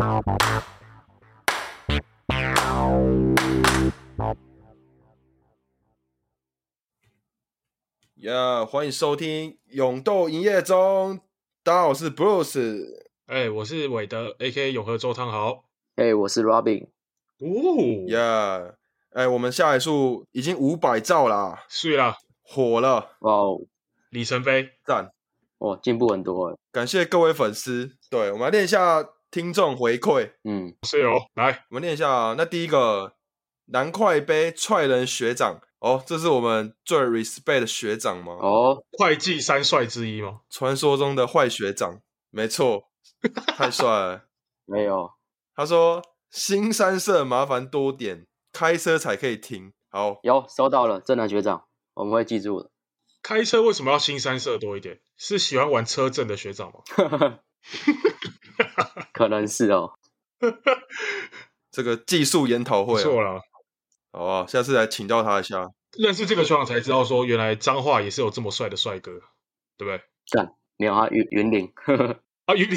欢迎收听勇斗营业中，大家好，我是 Bruce。 我是韦德 ，A.K.A 永和周汤豪。 我是 Robin。 我们下载数已经500兆啦， 睡啦， 火了， 哇哦， 里程碑， 赞！ 哇，进步很多了。 感谢各位粉丝。对，我们来念一下听众回馈。 是哦，来， 我们念一下。那第一个，南快杯踹人学长。这是我们最 respect 的学长吗？ 会计三帅之一吗？ 传说中的坏学长，没错，太帅了。 没有， 他说新三色麻烦多点，开车才可以听。好， 有收到了，正南学长，我们会记住的。 开车为什么要新三色多一点？是喜欢玩车震的学长吗？ 可能是哦。 这个技术研讨会不错啦。 好啊，下次来请教他一下。 认识这个学长才知道说，原来彰化也是有这么帅的帅哥，对不对？ 干，没有他云林啊，云林，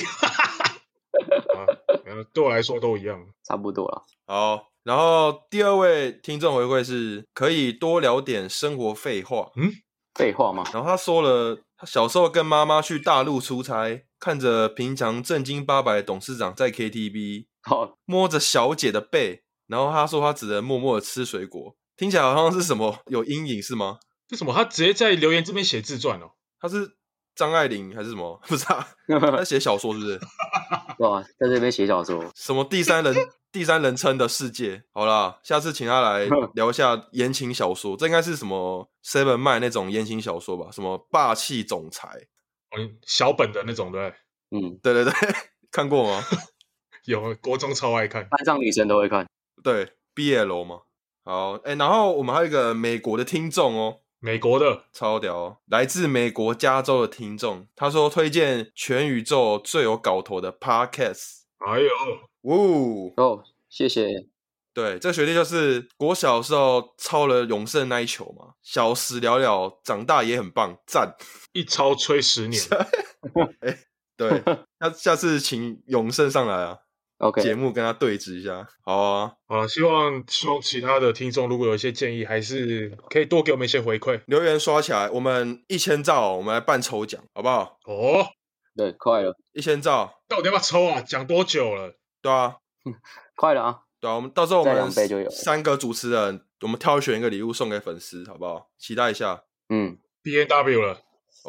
对我来说都一样， 差不多了。 好，然后第二位听众回馈是可以多聊点生活废话。 废话吗？ 然后他说了，他小时候跟妈妈去大陆出差，看着平常正经八百的董事长在 KTV，摸着小姐的背，然后他说他只能默默的吃水果，听起来好像是什么有阴影是吗？ 为什么他直接在留言这边写自传哦？ 他是张爱玲还是什么？不是啊，他写小说是不是？ 哇，在这边写小说， 什么第三人称的世界？好啦，下次请他来聊一下言情小说，这应该是什么 Seven 卖那种言情小说吧？什么霸气总裁， 小本的那种，对不对？对，看过吗？ 有，国中超爱看， 班上女生都会看。 对 ，BL 嘛。好，然后我们还有一个美国的听众哦。 美国的超屌哦，来自美国加州的听众，他说推荐全宇宙最有搞头的 podcast。 哎呦， 谢谢。 对，这个学弟就是国小的时候抄了永胜那一球嘛，小时了了，长大也很棒，赞！ 一抄吹10年。 对，下次请永胜上来啊。 OK， 节目跟他对峙一下，好啊。 希望其他的听众如果有一些建议，还是可以多给我们一些回馈， 留言刷起来。我们1000兆，我们来办抽奖，好不好？ 对，快了 ，1000兆， 到底要不要抽啊？讲多久了？ 对啊， 快了啊。 对啊，我们到时候我们 2杯就有 3个主持人，我们挑选一个礼物送给粉丝，好不好？期待一下。 BNW 了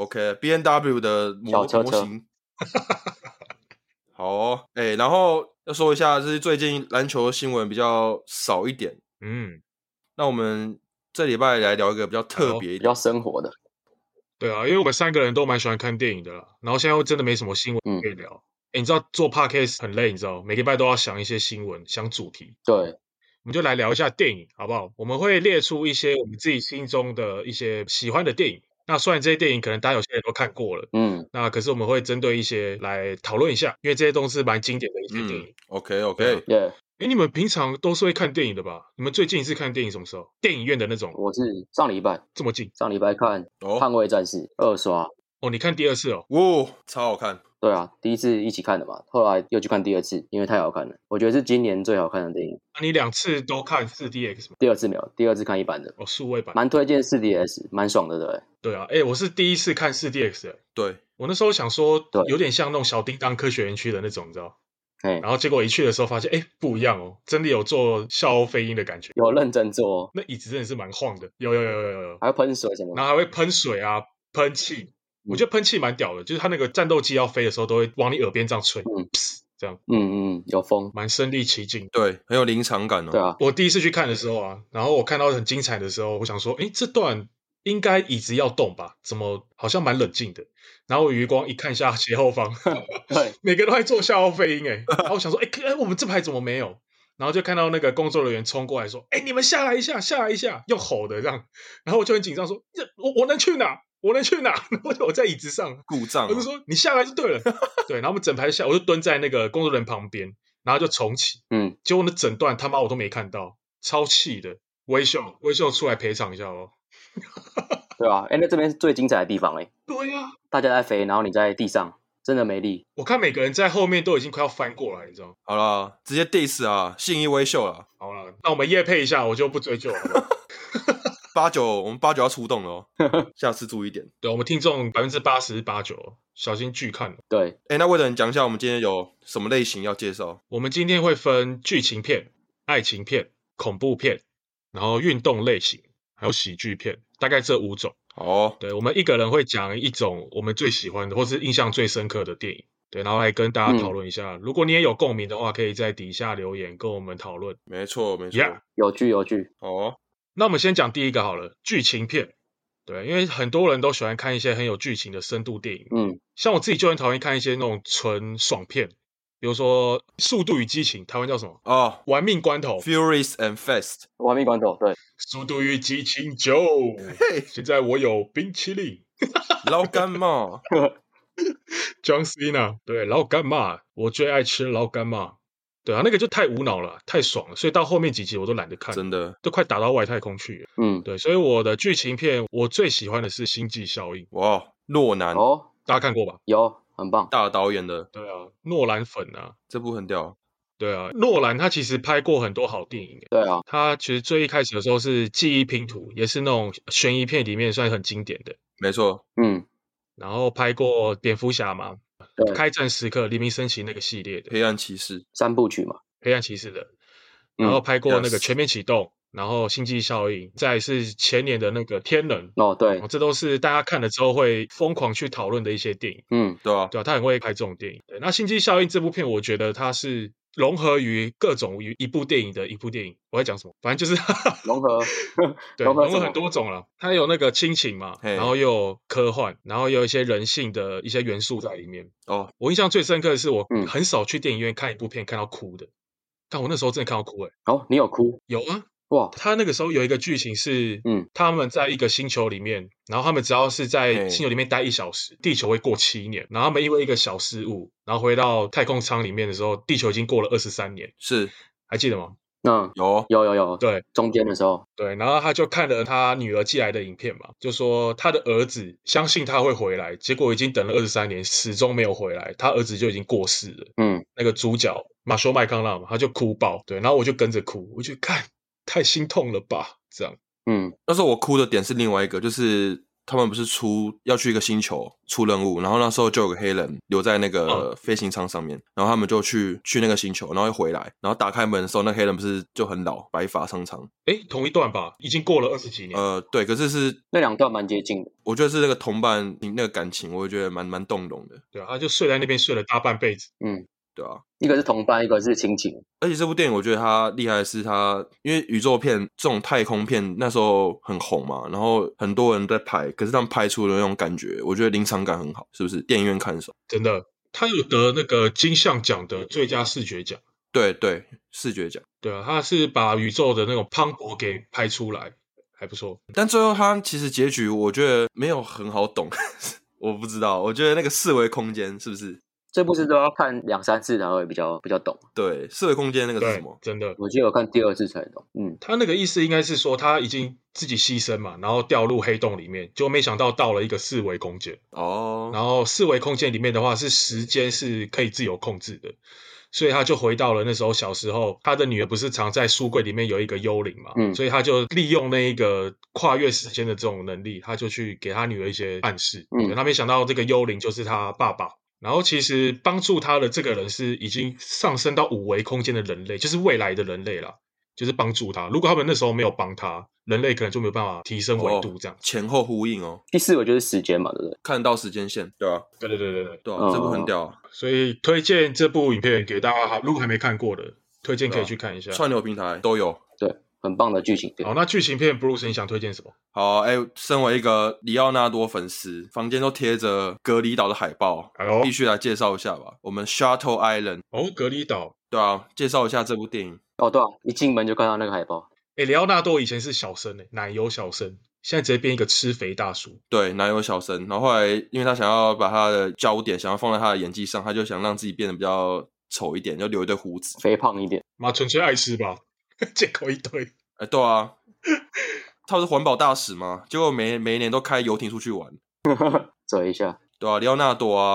，OK，BNW 的模型。好哦，然后要说一下，就是最近篮球新闻比较少一点。那我们这礼拜来聊一个比较特别一点、 比较生活的。 对啊，因为我们3个人都蛮喜欢看电影的啦，然后现在又真的没什么新闻可以聊。你知道做 podcast 很累，你知道每个礼拜都要想一些新闻，想主题。 对， 我们就来聊一下电影，好不好？我们会列出一些我们自己心中的一些喜欢的电影。那虽然这些电影可能大家有些人都看过了，那可是我们会针对一些来讨论一下，因为这些都是蛮经典的一些电影。 OK， 你们平常都是会看电影的吧？你们最近一次看电影什么时候？电影院的那种？ 我是上礼拜， 这么近？ 上礼拜看《捍卫战士》2刷。 你看第2次哦？ 超好看。 对啊，第一次一起看的嘛，后来又去看第2次，因为太好看了，我觉得是今年最好看的电影。 你2次都看 4DX 吗？ 第2次没有，第2次看一般的。 数位版。 蛮推荐 4DX， 蛮爽的，对。 对啊，我是第一次看 4DX 的。 对， 我那时候想说，有点像那种小叮当科学园区的那种，你知道？然后结果一去的时候发现，不一样哦，真的有做笑欧飞鹰的感觉， 有认真做。 那椅子真的是蛮晃的，有， 还会喷水什么的， 然后还会喷水啊，喷气。我觉得喷气蛮屌的，就是他那个战斗机要飞的时候，都会往你耳边这样吹，这样， 有风， 蛮身临其境， 对，很有临场感哦。 对啊， 我第一次去看的时候啊，然后我看到很精彩的时候，我想说，这段应该椅子要动吧？怎么好像蛮冷静的？然后我余光一看下斜后方， 对， 每个都在做笑傲飞鹰然后我想说，我们这排怎么没有？然后就看到那个工作人员冲过来说，你们下来一下，下来一下，用吼的这样，然后我就很紧张说，我能去哪？我能去哪？然后我在椅子上故障， 我就说你下来就对了，对，然后我们整排下，我就蹲在那个工作人员旁边，然后就重启，结果那整段他妈我都没看到，超气的，微秀出来赔偿一下哦。对啊，那这边是最精彩的地方对啊， 大家在飞，然后你在地上真的没力。 我看每个人在后面都已经快要翻过来，你知道吗？ 好啦，直接 diss 啊，信义威秀啦。 好了，那我们业配一下，我就不追究了。 我们89要出动了哦，下次注意一点。 对，我们听众80%是89，小心拒看。 对， 那为了你讲一下，我们今天有什么类型要介绍？ 我们今天会分剧情片、爱情片、恐怖片，然后运动类型，还有喜剧片，大概这5种。对，我们一个人会讲一种我们最喜欢的或是印象最深刻的电影，对，然后来跟大家讨论一下。如果你也有共鸣的话，可以在底下留言跟我们讨论。 没错 ，Yeah， 有趣。 那我们先讲第一个好了，剧情片。对，因为很多人都喜欢看一些很有剧情的深度电影。像我自己就很讨厌看一些那种纯爽片，比如说《速度与激情》，台湾叫什么？玩命关头 Furious and Fast。 玩命关头，对。 速度与激情9，现在我有冰淇淋。 老干妈 John Cena， 对，老干妈，我最爱吃老干妈。对啊，那个就太无脑了，太爽了，所以到后面几集我都懒得看， 真的都快打到外太空去了。对，所以我的剧情片我最喜欢的是《星际效应》。 哇，诺兰大家看过吧？ 有，很棒， 大导演的。 对啊，诺兰粉啊， 这部很屌。 对啊，诺兰他其实拍过很多好电影。 对啊， 他其实最一开始的时候是《记忆拼图》，也是那种悬疑片里面算很经典的。 没错。 然后拍过蝙蝠侠嘛， 对， 开战时刻、黎明升起那个系列的黑暗骑士 3部曲嘛， 黑暗骑士的，然后拍过那个全面启动，然后星际效应，再来是前年的那个天能。 对， 这都是大家看了之后会疯狂去讨论的一些电影。 对啊， 他很会拍这种电影。对，那星际效应这部片，我觉得它是融合于各种于一部电影的一部电影。我在讲什么？反正就是融合， 对，融合很多种了。它有那个亲情嘛，然后又有科幻，然后又有一些人性的一些元素在里面。我印象最深刻的是，我很少去电影院看一部片看到哭的，但我那时候真的看到哭你有哭？ 有啊。 哇， 他那个时候有一个剧情是，他们在一个星球里面，然后他们只要是在星球里面待1小时，地球会过7年，然后他们因为一个小失误，然后回到太空舱里面的时候，地球已经过了23年， 是， 还记得吗？ 有， 对， 中间的时候， 对，然后他就看了他女儿寄来的影片嘛，就说他的儿子相信他会回来，结果已经等了23年，始终没有回来，他儿子就已经过世了。那个主角马修麦康纳嘛，他就哭爆，对，然后我就跟着哭，我就看。太心痛了吧，这样。 那时候我哭的点是另外一个，就是他们不是要去一个星球出任务，然后那时候就有个黑人留在那个飞行舱上面，然后他们就去那个星球，然后又回来，然后打开门的时候，那黑人不是就很老，白发苍苍。 同一段吧，已经过了20几年。 对，可是那2段蛮接近的。 我觉得是那个同伴那个感情，我觉得蛮动容的。 对啊，他就睡在那边睡了大半辈子。 对啊， 一个是同伴，一个是亲情。 而且这部电影我觉得它厉害的是它，因为宇宙片这种太空片那时候很红嘛，然后很多人在拍，可是他们拍出的那种感觉，我觉得临场感很好，是不是？电影院看的时候， 真的，他有得那个金像奖的最佳视觉奖。 对，视觉奖。 对啊，他是把宇宙的那种磅礴给拍出来，还不错。 但最后他其实结局我觉得没有很好懂，我不知道，我觉得那个四维空间是不是？ 这部是都要看2、3次才会比较懂。 对，四维空间那个是什么？ 真的， 我记得我看第2次才懂。 他那个意思应该是说他已经自己牺牲嘛，然后掉入黑洞里面，就没想到到了一个4维空间。然后4维空间里面的话是时间是可以自由控制的，所以他就回到了那时候小时候，他的女儿不是藏在书柜里面有一个幽灵嘛，所以他就利用那一个跨越时间的这种能力，他就去给他女儿一些暗示。他没想到这个幽灵就是他爸爸。然后其实帮助他的这个人是已经上升到5维空间的人类，就是未来的人类啦，就是帮助他。如果他们那时候没有帮他，人类可能就没有办法提升维度这样。 前后呼应哦。 第4维就是时间嘛，对不对？ 看到时间线，对啊， 对， 对啊，这部很屌。 所以推荐这部影片给大家，如果还没看过的，推荐可以去看一下。 串流平台都有。 对，很棒的剧情片。 好，那剧情片 Bruce 你想推荐什么？ 好，身为一个里奥纳多粉丝，房间都贴着隔离岛的海报，必须来介绍一下吧。我们 Shutter Island。 隔离岛。 对啊，介绍一下这部电影。 对啊，一进门就看到那个海报。 里奥纳多以前是小生奶油小生，现在直接变一个吃肥大叔。 对，奶油小生。然后后来因为他想要把他的焦点想要放在他的演技上，他就想让自己变得比较丑一点，就留一堆胡子， 肥胖一点。 妈，纯粹爱吃吧，借口一堆。 对啊，他不是环保大使吗？结果每一年都开游艇出去玩， 折一下。 对啊，里奥纳多啊，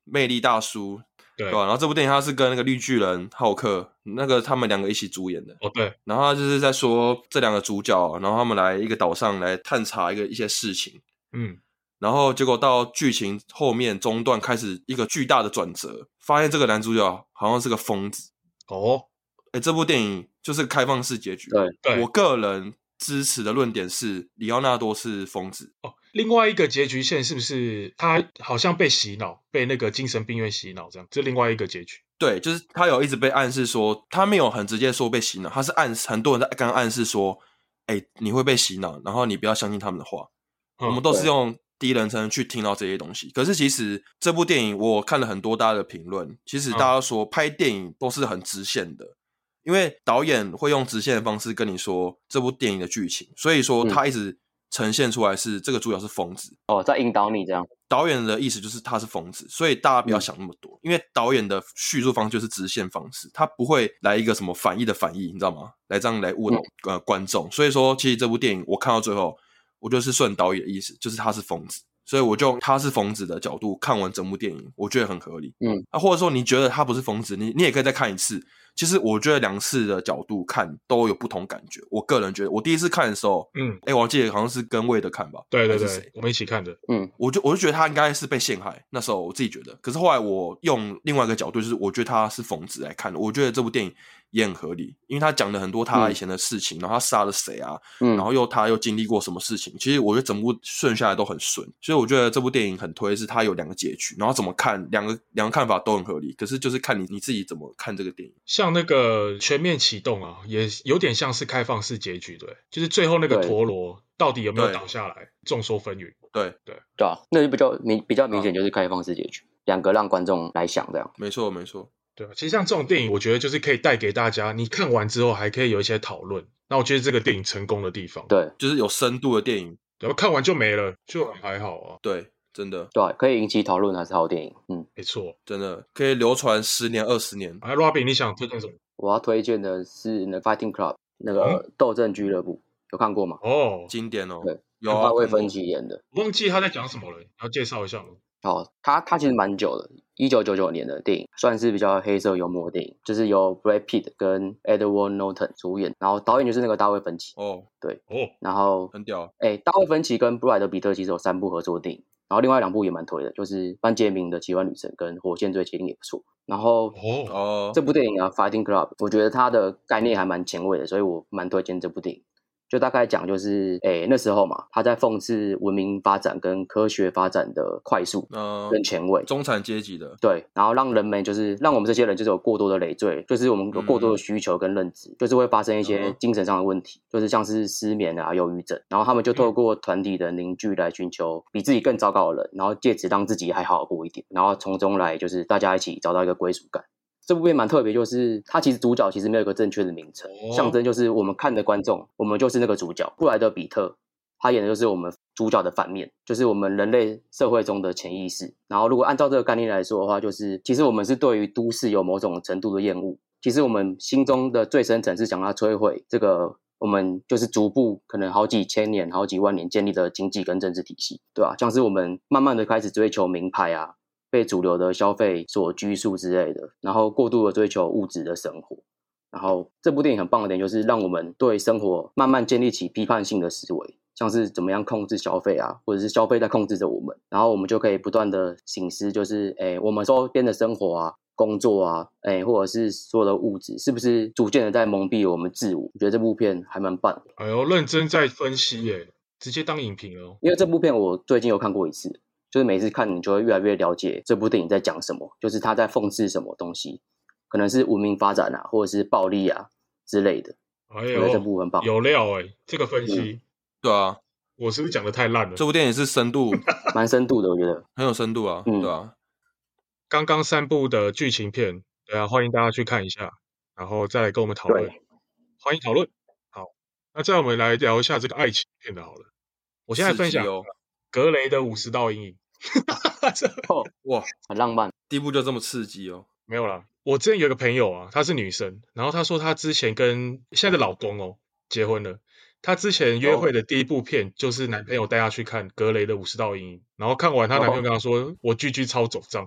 魅力大叔， 对吧？然后这部电影它是跟那个绿巨人浩克那个他们两个一起主演的。 对。 然后他就是在说这两个主角，然后他们来一个岛上来探查一些事情。然后结果到剧情后面中段开始一个巨大的转折，发现这个男主角好像是个疯子。这部电影就是开放式结局。 对， 我个人支持的论点是里奥纳多是疯子。 另外一个结局线是不是他好像被洗脑，被那个精神病院洗脑这样？这另外一个结局。 对，就是他有一直被暗示说，他没有很直接说被洗脑，他是很多人在刚暗示说，你会被洗脑，然后你不要相信他们的话。我们都是用第一人称去听到这些东西。可是其实这部电影我看了很多大家的评论，其实大家说拍电影都是很直线的，因为导演会用直线的方式跟你说这部电影的剧情，所以说他一直呈现出来是这个主角是疯子。 在引导你这样。 导演的意思就是他是疯子，所以大家不要想那么多，因为导演的叙述方式就是直线方式，他不会来一个什么反义的反义，你知道吗？来这样来误导观众。所以说其实这部电影我看到最后，我就是顺导演的意思，就是他是疯子，所以我就他是疯子的角度看完整部电影，我觉得很合理。或者说你觉得他不是疯子，你也可以再看一次。其实我觉得2次的角度看都有不同感觉。我个人觉得，我第一次看的时候，我记得好像是跟魏德看吧， 对，我们一起看的。 我就觉得他应该是被陷害，那时候我自己觉得。可是后来我用另外一个角度，就是我觉得他是疯子来看的。我觉得这部电影也很合理，因为他讲了很多他以前的事情，然后他杀了谁啊，然后他又经历过什么事情。其实我觉得整部顺下来都很顺，所以我觉得这部电影很推，是他有2个结局，然后怎么看两个看法都很合理。可是就是看你自己怎么看这个电影。 像那个全面启动啊，也有点像是开放式结局，对，就是最后那个陀螺到底有没有倒下来，众说纷纭。对啊，那就比较明显就是开放式结局，2个让观众来想这样。 没错。 对，其实像这种电影，我觉得就是可以带给大家，你看完之后还可以有一些讨论。那我觉得这个电影成功的地方， 对， 就是有深度的电影。 对，看完就没了，就还好啊。 对，真的。 对，可以引起讨论还是好电影。 没错， 真的可以流传10年20年。 Robin， 你想推荐什么？ 我要推荐的是那 Fighting Club 那个斗阵俱乐部，有看过吗？ 经典哦。 对， 有啊， 大卫芬奇演的。 忘记他在讲什么了，你要介绍一下吗？ 他其实蛮久的，1999年的电影，算是比较黑色幽默的电影，就是由 Brad Pitt 跟 Edward Norton 主演，然后导演就是那个大卫芬奇。对。然后很屌。 大卫芬奇跟布莱德彼特其实有3部合作的电影，然后另外2部也蛮推的，就是班杰明的奇幻旅程跟火线追击令也不错。然后这部电影啊 Fighting Club 我觉得它的概念还蛮前卫的，所以我蛮推荐这部电影。就大概讲就是那时候嘛，他在讽刺文明发展跟科学发展的快速跟前卫， 中产阶级的。 对，然后让人们就是让我们这些人就是有过多的累赘，就是我们有过多的需求跟认知，就是会发生一些精神上的问题，就是像是失眠啊、忧郁症，然后他们就透过团体的凝聚来寻求比自己更糟糕的人，然后借此让自己还好过一点，然后从中来就是大家一起找到一个归属感。这部片蛮特别，就是他其实主角其实没有一个正确的名称，象征就是我们看的观众，我们就是那个主角。布莱德彼特他演的就是我们主角的反面，就是我们人类社会中的潜意识。然后如果按照这个概念来说的话，就是其实我们是对于都市有某种程度的厌恶，其实我们心中的最深层是想要摧毁这个我们就是逐步可能好几千年、好几万年建立的经济跟政治体系，对吧？像是我们慢慢的开始追求名牌啊，被主流的消费所拘束之类的，然后过度的追求物质的生活。然后这部电影很棒的点就是让我们对生活慢慢建立起批判性的思维，像是怎么样控制消费啊，或者是消费在控制着我们，然后我们就可以不断的省思，就是我们周边的生活啊、工作啊，或者是所有的物质是不是逐渐的在蒙蔽我们自我。我觉得这部片还蛮棒的。 认真在分析耶，直接当影评了。 因为这部片我最近有看过一次，就是每次看你就会越来越了解这部电影在讲什么，就是他在讽刺什么东西，可能是文明发展啊，或者是暴力啊之类的。我觉得这部很棒， 有料这个分析。 对啊， 我是不是讲的太烂了？ 这部电影是深度蛮深度的，我觉得很有深度啊。对啊， 刚刚3部的剧情片，对啊，欢迎大家去看一下，然后再来跟我们讨论。欢迎讨论。好，那再我们来聊一下这个爱情片的好了。我现在分享格雷的50道阴影。 哇， 很浪漫。 第一部就这么刺激哦？ 没有啦，我之前有个朋友啊，她是女生，然后她说她之前跟现在的老公结婚了。她之前约会的第一部片就是男朋友带她去看格雷的50道阴影，然后看完她男朋友跟她说我句句超走账。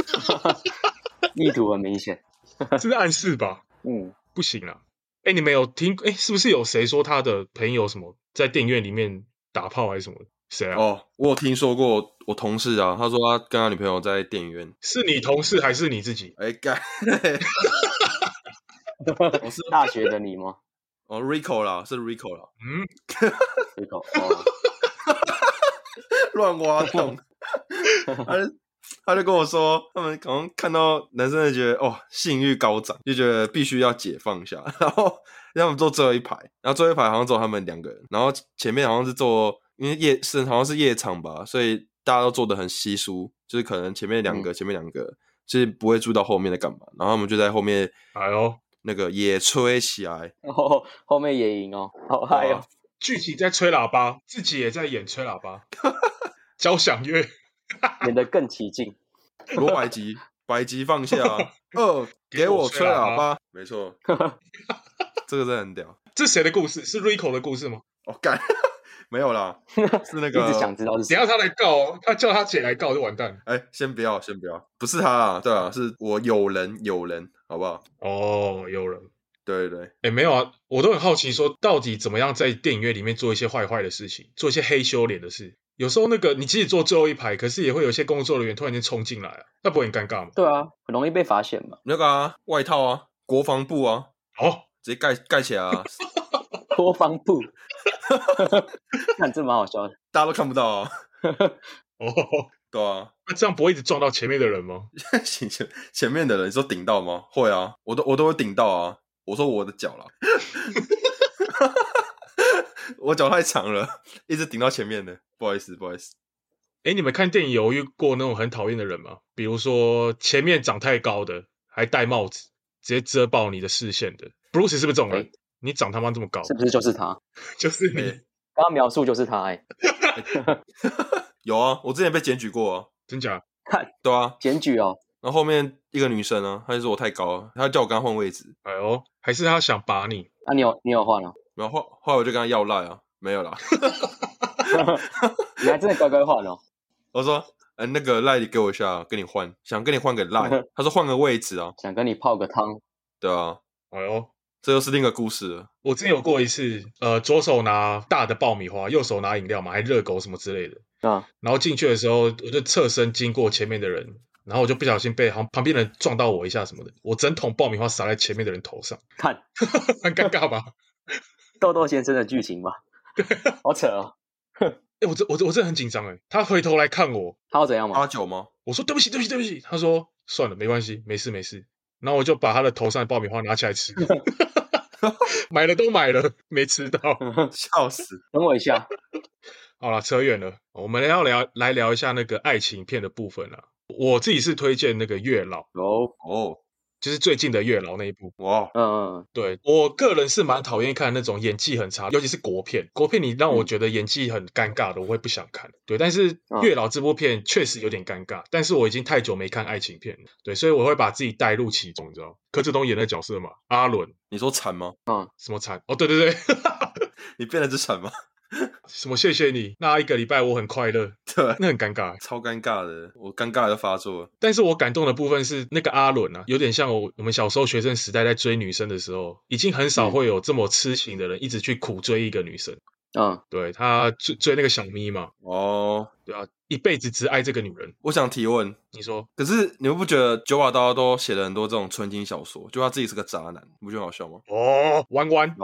意图很明显， 这是暗示吧？不行啦。你们有听？是不是有谁说他的朋友什么在电影院里面打炮还是什么？谁啊？ 我有听说过，我同事啊，他说他跟他女朋友在电影院。 是你同事还是你自己？ 干。 我是大学的你吗 ？Rico 啦，是 Rico 啦。 Rico 乱挖洞。他就跟我说，他们好像看到男生就觉得性欲高涨，就觉得必须要解放一下，然后让他们坐最后一排，然后最后一排好像只有他们2个人，然后前面好像是坐，因为好像是夜场吧，所以大家都坐得很稀疏，就是可能前面两个就是不会注意到后面在干嘛，然后他们就在后面那个野吹起来， 后面野营好嗨哦！ 具体在吹喇叭，自己也在演吹喇叭，交响乐。 演得更起劲。 罗百吉放下给我吹喇叭，没错。这个真的很屌。 这谁的故事？是 Rico 的故事吗？ 干。没有啦，是那个。 一直想知道是谁。 等一下他来告，他叫他姐来告就完蛋。 先不要，不是他啊，对啊，是我有人，好不好？ 有人。 对。 没有啊，我都很好奇说，到底怎么样在电影院里面做一些坏的事情，做一些黑羞脸的事。有时候你即使坐最后一排，可是也会有一些工作人员突然间冲进来那不会很尴尬吗？ 对啊，很容易被发现嘛。 那个外套啊，国防部啊，直接盖起来啊。 国防部。看这蛮好笑的， 大家都看不到啊。对啊， 那这样不会一直撞到前面的人吗？ 前面的人你说顶到吗？会啊，我都会顶到啊。我说我的脚啦。我脚太长了，一直顶到前面的，不好意思。 你们看电影有遇过那种很讨厌的人吗？比如说前面长太高的，还戴帽子，直接遮爆你的视线的。Bruce 是不是这种人？你长他妈这么高， 是不是就是他？ 就是你。 刚刚描述就是他有啊，我之前被检举过啊。 真假？ 对啊， 检举哦。 然后后面一个女生啊，她就说我太高了，她叫我跟她换位置。 还是她想把你？ 你有换了？ 然后后来我就跟她要赖啊，没有啦。 你还真的乖乖换哦。 我说，那个赖你给我一下，跟你换，想跟你换个赖。他说换个位置啊， 想跟你泡个汤。 对啊。这又是另一个故事了。 我之前有过一次，左手拿大的爆米花，右手拿饮料嘛，还热狗什么之类的。然后进去的时候，我就侧身经过前面的人，然后我就不小心被旁边人撞到我一下什么的，我整桶爆米花洒在前面的人头上， 看， 很尴尬吧？ 豆豆先生的剧情吧，好扯哦。 我真的很紧张他回头来看我， 他要怎样吗？ 喝酒吗？ 我说对不起。他说算了，没关系，没事。然后我就把他的头上的爆米花拿起来吃。买了都买了，没吃到， 笑死！ 等我一下。 好了，扯远了，我们要来聊一下那个爱情片的部分了。我自己是推荐那个月老就是最近的月老那一部。对，我个人是蛮讨厌看那种演技很差，尤其是国片你让我觉得演技很尴尬的，我会不想看。对，但是月老这部片确实有点尴尬，但是我已经太久没看爱情片了，对，所以我会把自己带入其中，你知道柯震东演的角色嘛，阿伦。 你说惨吗？ 什么惨？对。 你变得是惨吗？ 什么谢谢你？那一个礼拜我很快乐， 对， 那很尴尬， 超尴尬的，我尴尬的发作了。 但是我感动的部分是那个阿伦啊，有点像我们小时候学生时代在追女生的时候，已经很少会有这么痴情的人一直去苦追一个女生。对，他追那个小咪嘛。对啊，一辈子只爱这个女人。 我想提问， 你说， 可是你们不觉得九把刀都写了很多这种纯情小说，就他自己是个渣男，你不觉得好笑吗？ 弯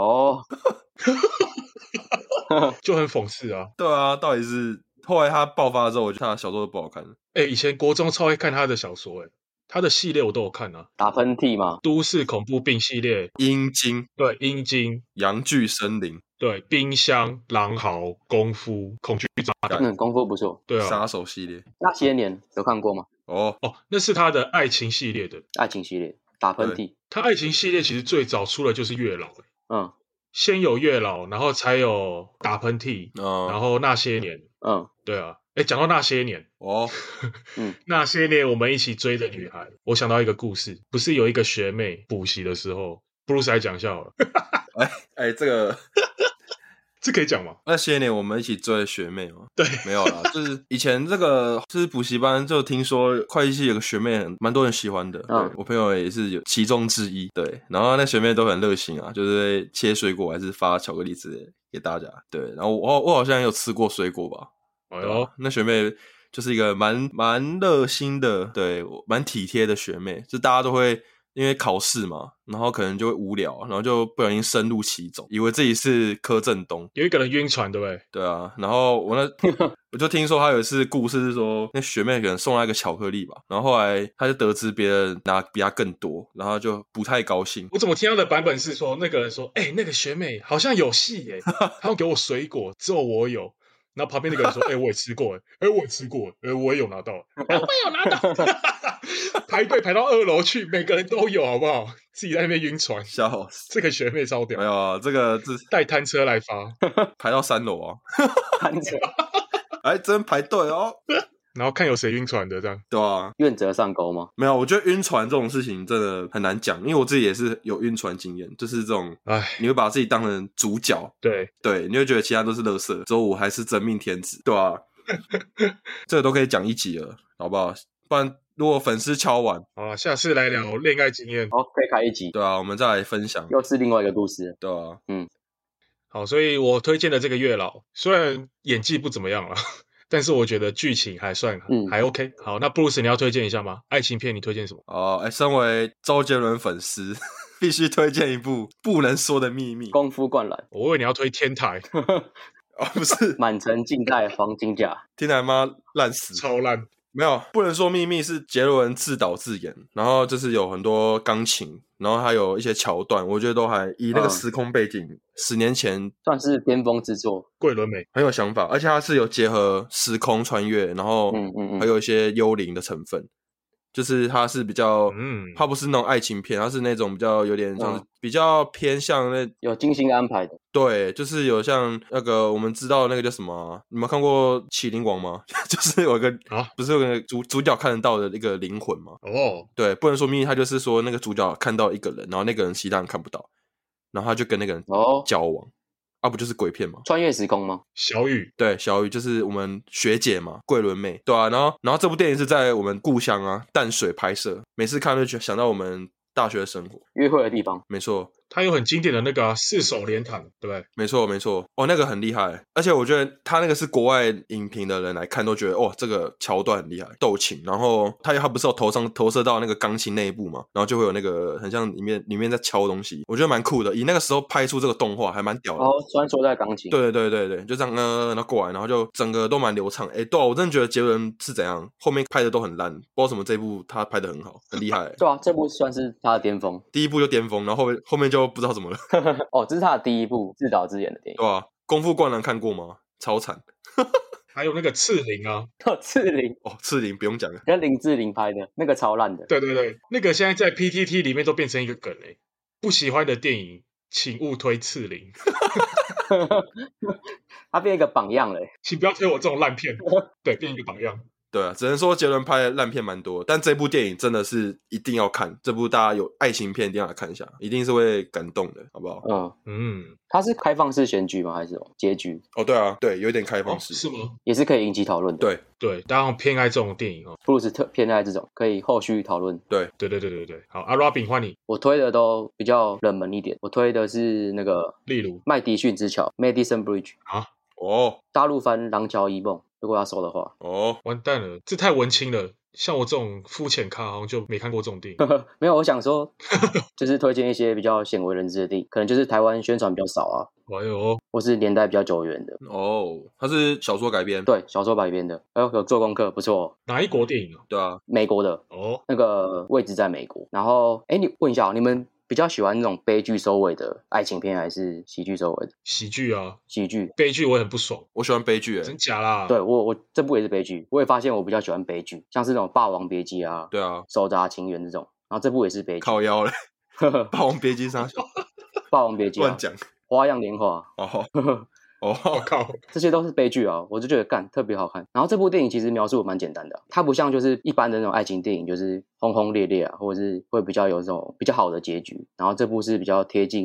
就很讽刺啊。 对啊，到底是后来他爆发之后，我觉得他的小说都不好看。 以前国中超爱看他的小说，他的系列我都有看啊。 打喷嚏嘛， 都市恐怖病系列， 阴茎， 对，阴茎， 阳具森林， 对，冰箱，狼嚎，功夫，恐惧炸弹。 功夫不错。 对啊， 杀手系列， 那些年有看过吗？ 那是他的爱情系列的。 爱情系列，打喷嚏。 他爱情系列其实最早出的就是月老。先有月老，然后才有打喷嚏，然后那些年。对啊。讲到那些年那些年我们一起追的女孩，我想到一个故事，不是有一个学妹补习的时候，Bruce来讲一下好了。 这可以讲吗？ 那些年我们一起追的学妹嘛， 对， 没有啦，就是以前这个就是补习班，就听说会计系有个学妹蛮多人喜欢的，对我朋友也是有其中之一，对，然后那学妹都很热心啊，就是会切水果还是发巧克力之类的给大家，对，然后我好像有吃过水果吧， 哎呦， 那学妹就是一个蛮热心的，对，蛮体贴的学妹，就大家都会。因为考试嘛，然后可能就会无聊，然后就不小心深入其中，以为自己是柯震东。 有一个人晕船，对不对？ 对啊，然后我就听说他有一次故事是说，那学妹可能送他一个巧克力吧，然后后来他就得知别人拿比他更多，然后就不太高兴。 我怎么听到的版本是说，那个人说：“那个学妹好像有戏耶，他要给我水果，只有我有。”然后旁边那个人说：“我也吃过，我也吃过，我也有拿到，我也有拿到。”排队排到2楼去，每个人都有，好不好？自己在那边晕船， 笑死！ 这个学妹超屌。 没有啊，这个带摊车来发， 排到3楼啊， 摊车， 真排队哦。 然后看有谁晕船的这样， 对啊， 愿者上钩吗？ 没有，我觉得晕船这种事情真的很难讲，因为我自己也是有晕船经验，就是这种，你会把自己当成主角， 对， 你会觉得其他都是垃圾，只有我还是真命天子，对啊，这个都可以讲一集了，好不好？不然如果粉丝敲完， 好，下次来聊恋爱经验， 可以开一集， 对啊，我们再来分享， 又是另外一个故事， 对啊， 好，所以我推荐的这个月老，虽然演技不怎么样了。但是我觉得剧情还算还 OK。好，那布鲁斯你要推荐一下吗？爱情片你推荐什么？ 身为周杰伦粉丝，必须推荐一部不能说的秘密。 功夫灌篮。 我以为你要推天台。 不是， 满城尽带黄金甲。 天台妈烂死， 超烂。 没有，不能说秘密是杰伦自导自演，然后就是有很多钢琴，然后还有一些桥段，我觉得都还以那个时空背景，10年前算是巅峰之作。 桂纶镁很有想法，而且它是有结合时空穿越，然后还有一些幽灵的成分。就是它是比较，它不是那种爱情片，它是那种比较有点像是比较偏向那有精心安排的。 对，就是有像那个我们知道那个叫什么，你们看过《麒麟王》吗？就是有一个不是有个主角看得到的一个灵魂吗？对，不能说秘密，他就是说那个主角看到一个人，然后那个人其他人看不到，然后他就跟那个人交往。不就是鬼片吗？ 穿越时空吗？ 小雨， 对，小雨就是我们学姐嘛，桂纶镁，对啊，然后这部电影是在我们故乡啊淡水拍摄，每次看就想到我们大学生活约会的地方， 没错。 他有很经典的那个4手连弹，对不对？ 没错没错，那个很厉害，而且我觉得他那个是国外影评的人来看都觉得这个桥段很厉害，斗琴，然后他不是有投射到那个钢琴内部嘛，然后就会有那个很像里面在敲东西，我觉得蛮酷的，以那个时候拍出这个动画还蛮屌的。 穿梭在钢琴， 对，就这样然后过来，然后就整个都蛮流畅。对啊，我真的觉得杰伦是怎样，后面拍的都很烂，不知道什么这部他拍的很好，很厉害。 对啊，这部算是他的巅峰， 第一部就巅峰，然后后面就不知道怎么了。 这是他的第一部自导自演的电影， 对啊，功夫灌篮看过吗？超惨。 还有那个赤灵啊， 赤灵赤灵不用讲了， 跟林志玲拍的那个超烂的。 对，那个现在在 PTT 里面都变成一个梗不喜欢的电影请勿推赤灵。 他变一个榜样了， 请不要推我这种烂片。对，变一个榜样。 对啊，只能说杰伦拍的烂片蛮多，但这部电影真的是一定要看，这部大家有爱情片一定要来看一下，一定是会感动的，好不好？ 它是开放式选举吗？还是什么结局？ 对啊，对，有点开放式， 是吗？ 也是可以引起讨论的。 对，大家偏爱这种电影布鲁斯特偏爱这种，可以后续讨论。 对。好，Robin 换你。 我推的都比较冷门一点，我推的是那个， 例如麦迪逊之桥 （Madison Bridge） 大陆翻《廊桥遗梦》，如果要搜的话。 完蛋了，这太文青了。像我这种肤浅咖好像就没看过这种电影。 没有，我想说就是推荐一些比较鲜为人知的电影，可能就是台湾宣传比较少啊，或是年代比较久远的。 它是小说改编， 对，小说改编的。有做功课，不错。 哪一国电影啊？ 对啊， 美国的。那个位置在美国。然后你问一下，你们比较喜欢那种悲剧收尾的爱情片，还是喜剧收尾的？ 喜剧啊， 喜剧。 悲剧我也很不爽， 我喜欢悲剧。 真假啦？ 对，我这部也是悲剧，我也发现我比较喜欢悲剧，像是那种《霸王别姬》啊， 对啊， 手札情缘这种。然后这部也是悲剧。 靠腰嘞，霸王别姬上， 霸王别姬乱讲， 花样年华。 我靠， 这些都是悲剧啊，我就觉得特别好看。然后这部电影其实描述蛮简单的，它不像就是一般的那种爱情电影，就是轰轰烈烈啊，或者是会比较有这种比较好的结局。然后这部是比较贴近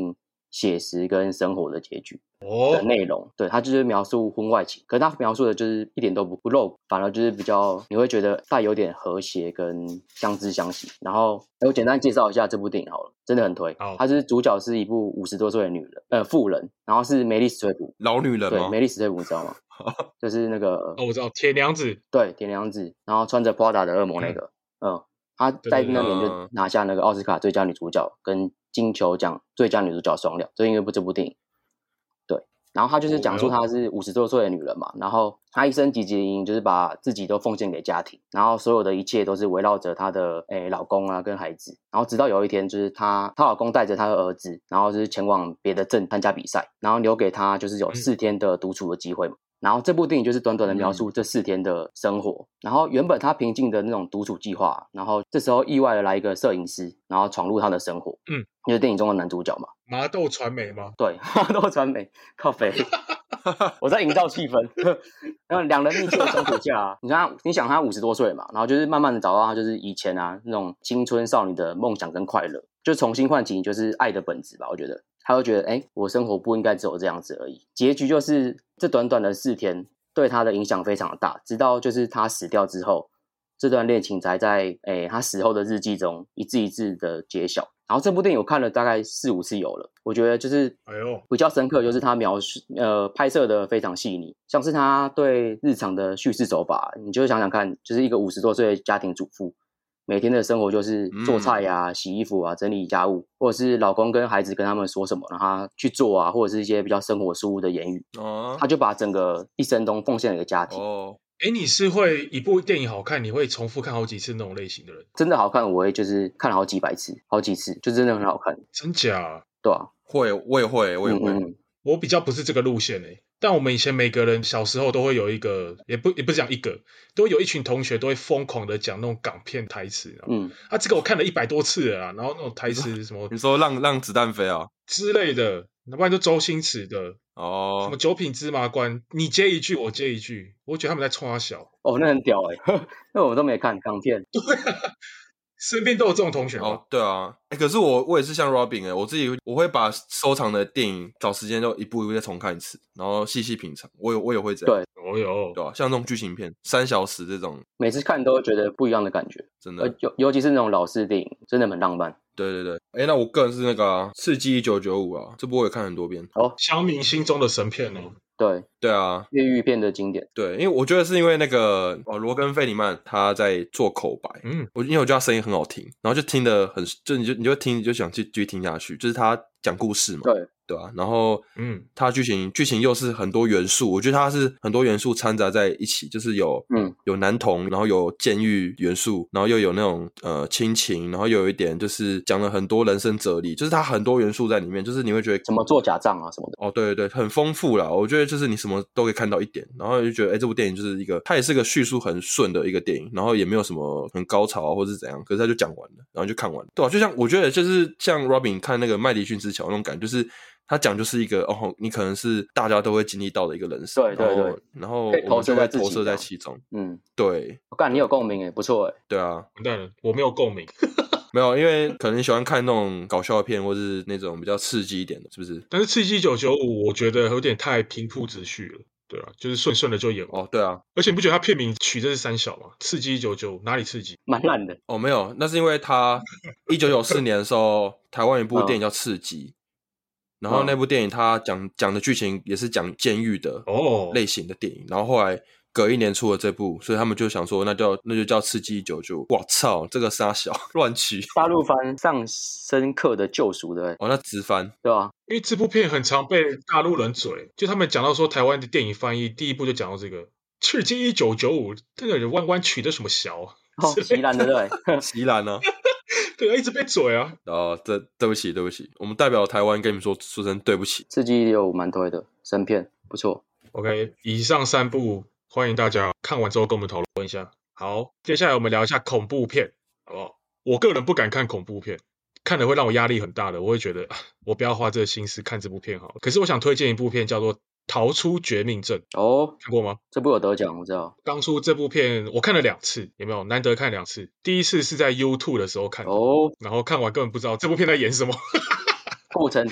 写实跟生活的结局的内容。对，他就是描述婚外情，可是他描述的就是一点都不露，反而就是比较你会觉得带有点和谐跟相知相惜。然后我简单介绍一下这部电影好了，真的很推。他是主角是一部50多岁的妇人，然后是梅丽史翠普， 老女人吗？ 对，梅丽史翠普你知道吗？就是那个我知道铁娘子， 对，铁娘子，然后穿着 Prada 的恶魔那个，她在那年就拿下那个奥斯卡最佳女主角跟金球奖最佳女主角双料，就因为这部电影。对，然后她就是讲述她是50多岁的女人嘛，然后她一生汲汲营营，就是把自己都奉献给家庭，然后所有的一切都是围绕着她的老公啊跟孩子，然后直到有一天，就是她老公带着她的儿子，然后就是前往别的镇参加比赛，然后留给她就是有4天的独处的机会嘛。然后这部电影就是短短的描述这4天的生活，然后原本他平静的那种独处计划，然后这时候意外的来一个摄影师，然后闯入他的生活，就是电影中的男主角嘛。 麻豆传媒吗？ 对，麻豆传媒，靠北，我在营造气氛。然后两人密切的相处下，你想他50多岁嘛，然后就是慢慢的找到他就是以前啊那种青春少女的梦想跟快乐，就重新唤起就是爱的本质吧，我觉得。他会觉得我生活不应该只有这样子而已。结局就是这短短的4天对他的影响非常的大，直到就是他死掉之后，这段恋情才在他死后的日记中一字一字的揭晓。然后这部电影我看了大概4、5次有了，我觉得就是比较深刻，就是他拍摄的非常细腻，像是他对日常的叙事手法，你就想想看，就是一个50多岁的家庭主妇，每天的生活就是做菜啊、洗衣服啊、整理家务，或者是老公跟孩子跟他们说什么，让他去做啊，或者是一些比较生活疏忽的言语，他就把整个一生都奉献了给家庭。 你是会一部电影好看，你会重复看好几次那种类型的人？ 真的好看，我会就是看了好几百次、好几次，就真的很好看。 真假？ 对啊， 会，我也会。 我比较不是这个路线但我们以前每个人小时候都会有一个，也不是讲一个，都会有一群同学都会疯狂的讲那种港片台词。这个我看了100多次了啦，然后那种台词什么， 你说让子弹飞啊之类的，要不然就周星驰的什么九品芝麻官，你接一句我接一句，我觉得他们在冲他小。 那很屌那我都没看港片。 对啊，身边都有这种同学对啊，可是我也是像 Robin 我自己我会把收藏的电影找时间就一部一部再重看一次，然后细细品尝。我也会这样。 对啊，像这种剧情片3小时这种， 每次看都觉得不一样的感觉， 真的。 尤其是那种老式电影，真的很浪漫。 对，那我个人是那个刺激1995啊，这部我也看很多遍。 乡民心中的神片对啊， 越狱片的经典。 对，因为我觉得是因为那个罗根·费里曼他在做口白，因为我觉得他声音很好听，然后就听得很，就你就听你就想继续听下去，就是他讲故事嘛。对啊，然后它剧情又是很多元素，我觉得它是很多元素掺杂在一起，就是有男童，然后有监狱元素，然后又有那种亲情，然后又有一点就是讲了很多人生哲理，就是它很多元素在里面，就是你会觉得什么做假账啊什么的。 对，很丰富啦。我觉得就是你什么都可以看到一点，然后就觉得这部电影就是它也是个叙述很顺的一个电影，然后也没有什么很高潮或是怎样，可是它就讲完了，然后就看完了。对啊，就像我觉得就是像 Robin 看那个麦迪逊之桥那种感觉，就是他讲就是一个你可能是大家都会经历到的一个人生， 对， 然后我们就会投射在其中。对， 我感觉你有共鸣不错对啊， 完蛋了，我没有共鸣。 没有，因为可能你喜欢看那种搞笑片，或是那种比较刺激一点的，是不是？ 但是刺激1995我觉得有点太平铺直叙了。对啊，就是顺的就演完。 对啊， 而且你不觉得他片名取的是三小吗？刺激1995哪里刺激？ 蛮烂的。 没有，那是因为他1994年的时候，台湾有一部电影叫《刺激》。然后那部电影它讲的剧情也是讲监狱的类型的电影，然后后来隔1年出了这部，所以他们就想说那就叫刺激1995。我操，这个杀小乱取。 大陆翻上深刻的救赎的那直翻对吧？ 因为这部片很常被大陆人嘴，就他们讲到说台湾的电影翻译第一部就讲到这个刺激1995，这个人弯弯取的什么小席兰的对， 席兰呢？ 对啊，一直被嘴啊。 对不起，我们代表台湾跟你们说声对不起。 刺激1995蛮推的，神片不错。 OK， 以上3部欢迎大家看完之后跟我们讨论一下。好，接下来我们聊一下恐怖片，好不好？我个人不敢看恐怖片，看了会让我压力很大的，我会觉得我不要花这个心思看这部片好了。可是我想推荐一部片叫做《逃出绝命镇》看过吗？ 这部有得奖，我知道。 当初这部片我看了2次，有没有？难得看2次。第一次是在 YouTube 的时候看的，然后看完根本不知道这部片在演什么。 过程中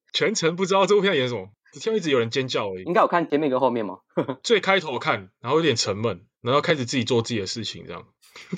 全程不知道这部片演什么，只听到一直有人尖叫而已。 应该有看前面跟后面吗？ 最开头看，然后有点沉闷，然后开始自己做自己的事情，这样。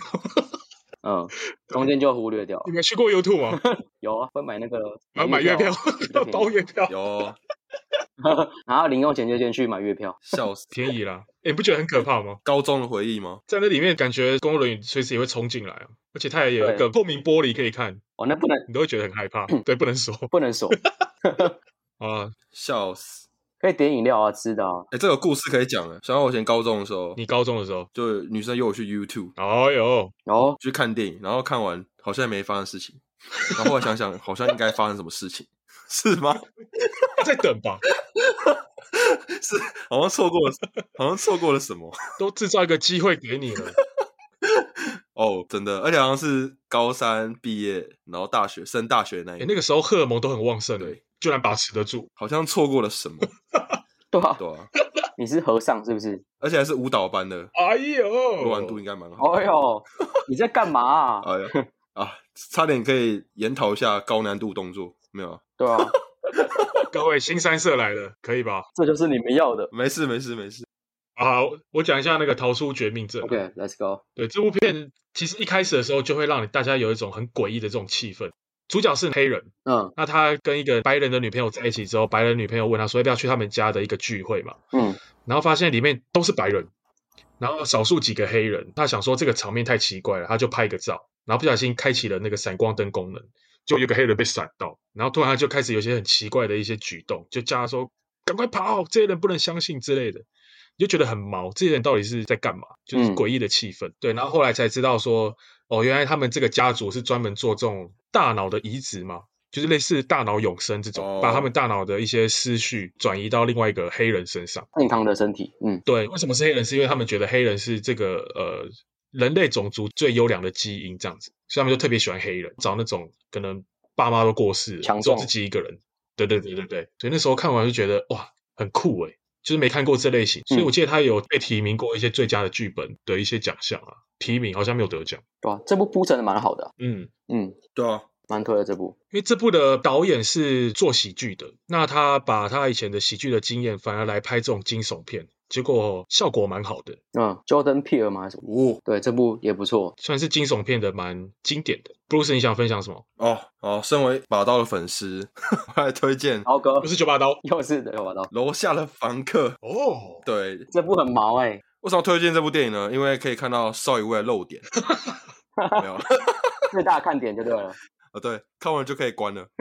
中间就忽略掉。 你们去过 YouTube 吗？ 有啊，会买那个， 然后买月票，包月票。 有。 然后零用钱就先去买月票， 笑死， 便宜啦！你不觉得很可怕吗？ 高中的回忆吗？ 在那里面感觉公共轮椅随时也会冲进来啊，而且它也有一个透明玻璃可以看。 那不能， 你都会觉得很害怕。对，不能锁， 不能锁。 啊， 笑死！ 可以点饮料啊，吃的啊。 这个故事可以讲了。想到我以前高中的时候， 你高中的时候， 就女生约我去 YouTube， 去看电影，然后看完好像没发生事情，然后后来想想，好像应该发生什么事情，是吗？ 在等吧。 是，好像错过了什么， 都制造一个机会给你了。 真的，而且好像是高3毕业，然后升大学那一年， 那个时候荷尔蒙都很旺盛，对，居然把持得住， 好像错过了什么。 对啊，你是和尚是不是？ 而且还是舞蹈班的。 哎呦， 柔软度应该蛮好。 哎呦，你在干嘛啊？ 哎呀差点可以研讨一下高难度动作，没有啊？ 对啊。 各位新三社来了，可以吧？ 这就是你们要的。 没事。 好，我讲一下那个《逃出绝命镇》。 OK，Let's go。 对，这部片其实一开始的时候就会让大家有一种很诡异的这种气氛。主角是黑人，那他跟一个白人的女朋友在一起之后，白人女朋友问他说要不要去他们家的一个聚会嘛，然后发现里面都是白人，然后少数几个黑人，他想说这个场面太奇怪了，他就拍一个照，然后不小心开启了那个闪光灯功能，就有个黑人被闪到，然后突然他就开始有些很奇怪的一些举动，就叫他说赶快跑，这些人不能相信之类的，你就觉得很毛，这些人到底是在干嘛？就是诡异的气氛。对，然后后来才知道说，原来他们这个家族是专门做这种大脑的移植嘛，就是类似大脑永生这种，把他们大脑的一些思绪转移到另外一个黑人身上， 健康的身体。 对，为什么是黑人？是因为他们觉得黑人是这个人类种族最优良的基因这样子，所以他们就特别喜欢黑人，找那种可能爸妈都过世了，只有自己一个人。对，所以那时候看完就觉得哇，很酷诶，就是没看过这类型，所以我记得他有被提名过一些最佳的剧本的一些奖项啊，提名好像没有得奖。 对啊，这部铺陈的蛮好的。 对啊， 蛮推的这部。 因为这部的导演是做喜剧的，那他把他以前的喜剧的经验反而来拍这种惊悚片，结果效果蛮好的。 Jordan Peele 吗？对，这部也不错， 算是惊悚片的蛮经典的。Bruce， 你想分享什么？ 身为把刀的粉丝，我来推荐。 豪哥， 不是九把刀， 又是九把刀。 楼下的房客。对， 这部很毛欸。 为什么推荐这部电影呢？因为可以看到邵一位的漏点。没有， 最大的看点就对了。 对，看完就可以关了。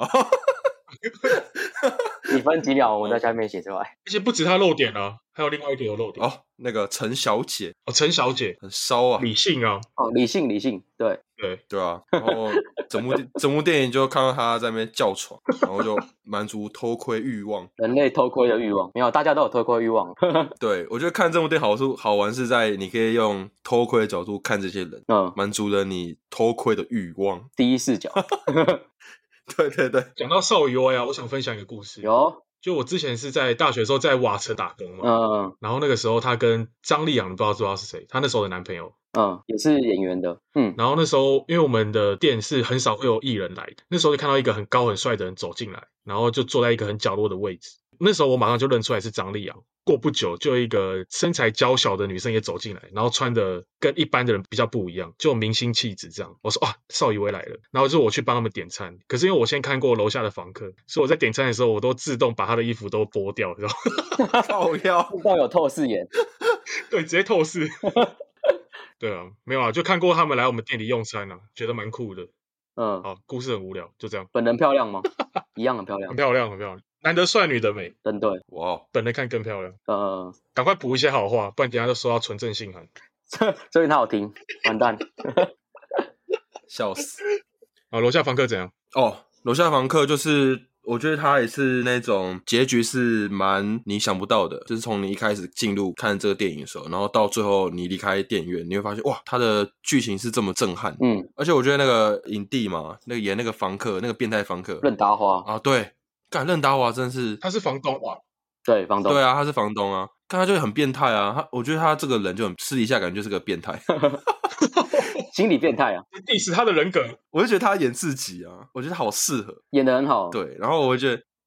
几分几秒，我在下面写出来。 而且不止他漏点啊，还有另外一个有漏点那个陈小姐。 陈小姐很骚啊， 理性啊。 理性， 对啊。然后整部电影就看到她在那边叫床，然后就满足偷窥欲望， 人类偷窥的欲望。没有，大家都有偷窥欲望。 对，我觉得看这部电影好玩是在你可以用偷窥的角度看这些人，满足了你偷窥的欲望， 第一视角。 对。 讲到邵雨薇啊，我想分享一个故事。就我之前是在大学的时候在瓦城打工嘛，然后那个时候他跟张立昂不知道是谁，他那时候的男朋友， 也是演员的， 然后那时候因为我们的店是很少会有艺人来的，那时候就看到一个很高很帅的人走进来，然后就坐在一个很角落的位置，那时候我马上就认出来是张立昂。过不久就一个身材娇小的女生也走进来，然后穿的跟一般的人比较不一样，就有明星气质这样。我说邵雨薇来了，然后就我去帮他们点餐，可是因为我先看过楼下的房客，所以我在点餐的时候我都自动把他的衣服都剥掉，知道吗？ 靠腰， 自动有透视眼。 对，直接透视。对啊，没有啊，就看过他们来我们店里用餐啊，觉得蛮酷的。好，故事很无聊，就这样。 本人漂亮吗？一样很漂亮， 很漂亮，男的帅，女的美， 真对。 哇， 本人看更漂亮。赶快补一些好话，不然等一下就收到纯正信函。 所以他有听，完蛋。 笑死。 楼下房客怎样？ 楼下房客就是我觉得他也是那种结局是蛮你想不到的，就是从你一开始进入看这个电影的时候，然后到最后你离开电影院，你会发现哇，他的剧情是这么震撼。而且我觉得那个影帝嘛，那个演那个房客，那个变态房客任达华对，干任达华真是， 他是房东吧？ 对，房东。 对啊，他是房东啊，看他就很变态啊，我觉得他这个人就很私底下感觉就是个变态。 心理变态啊 ，diss他的人格， 我就觉得他演自己啊，我觉得好适合， 演得很好。 对，然后我觉得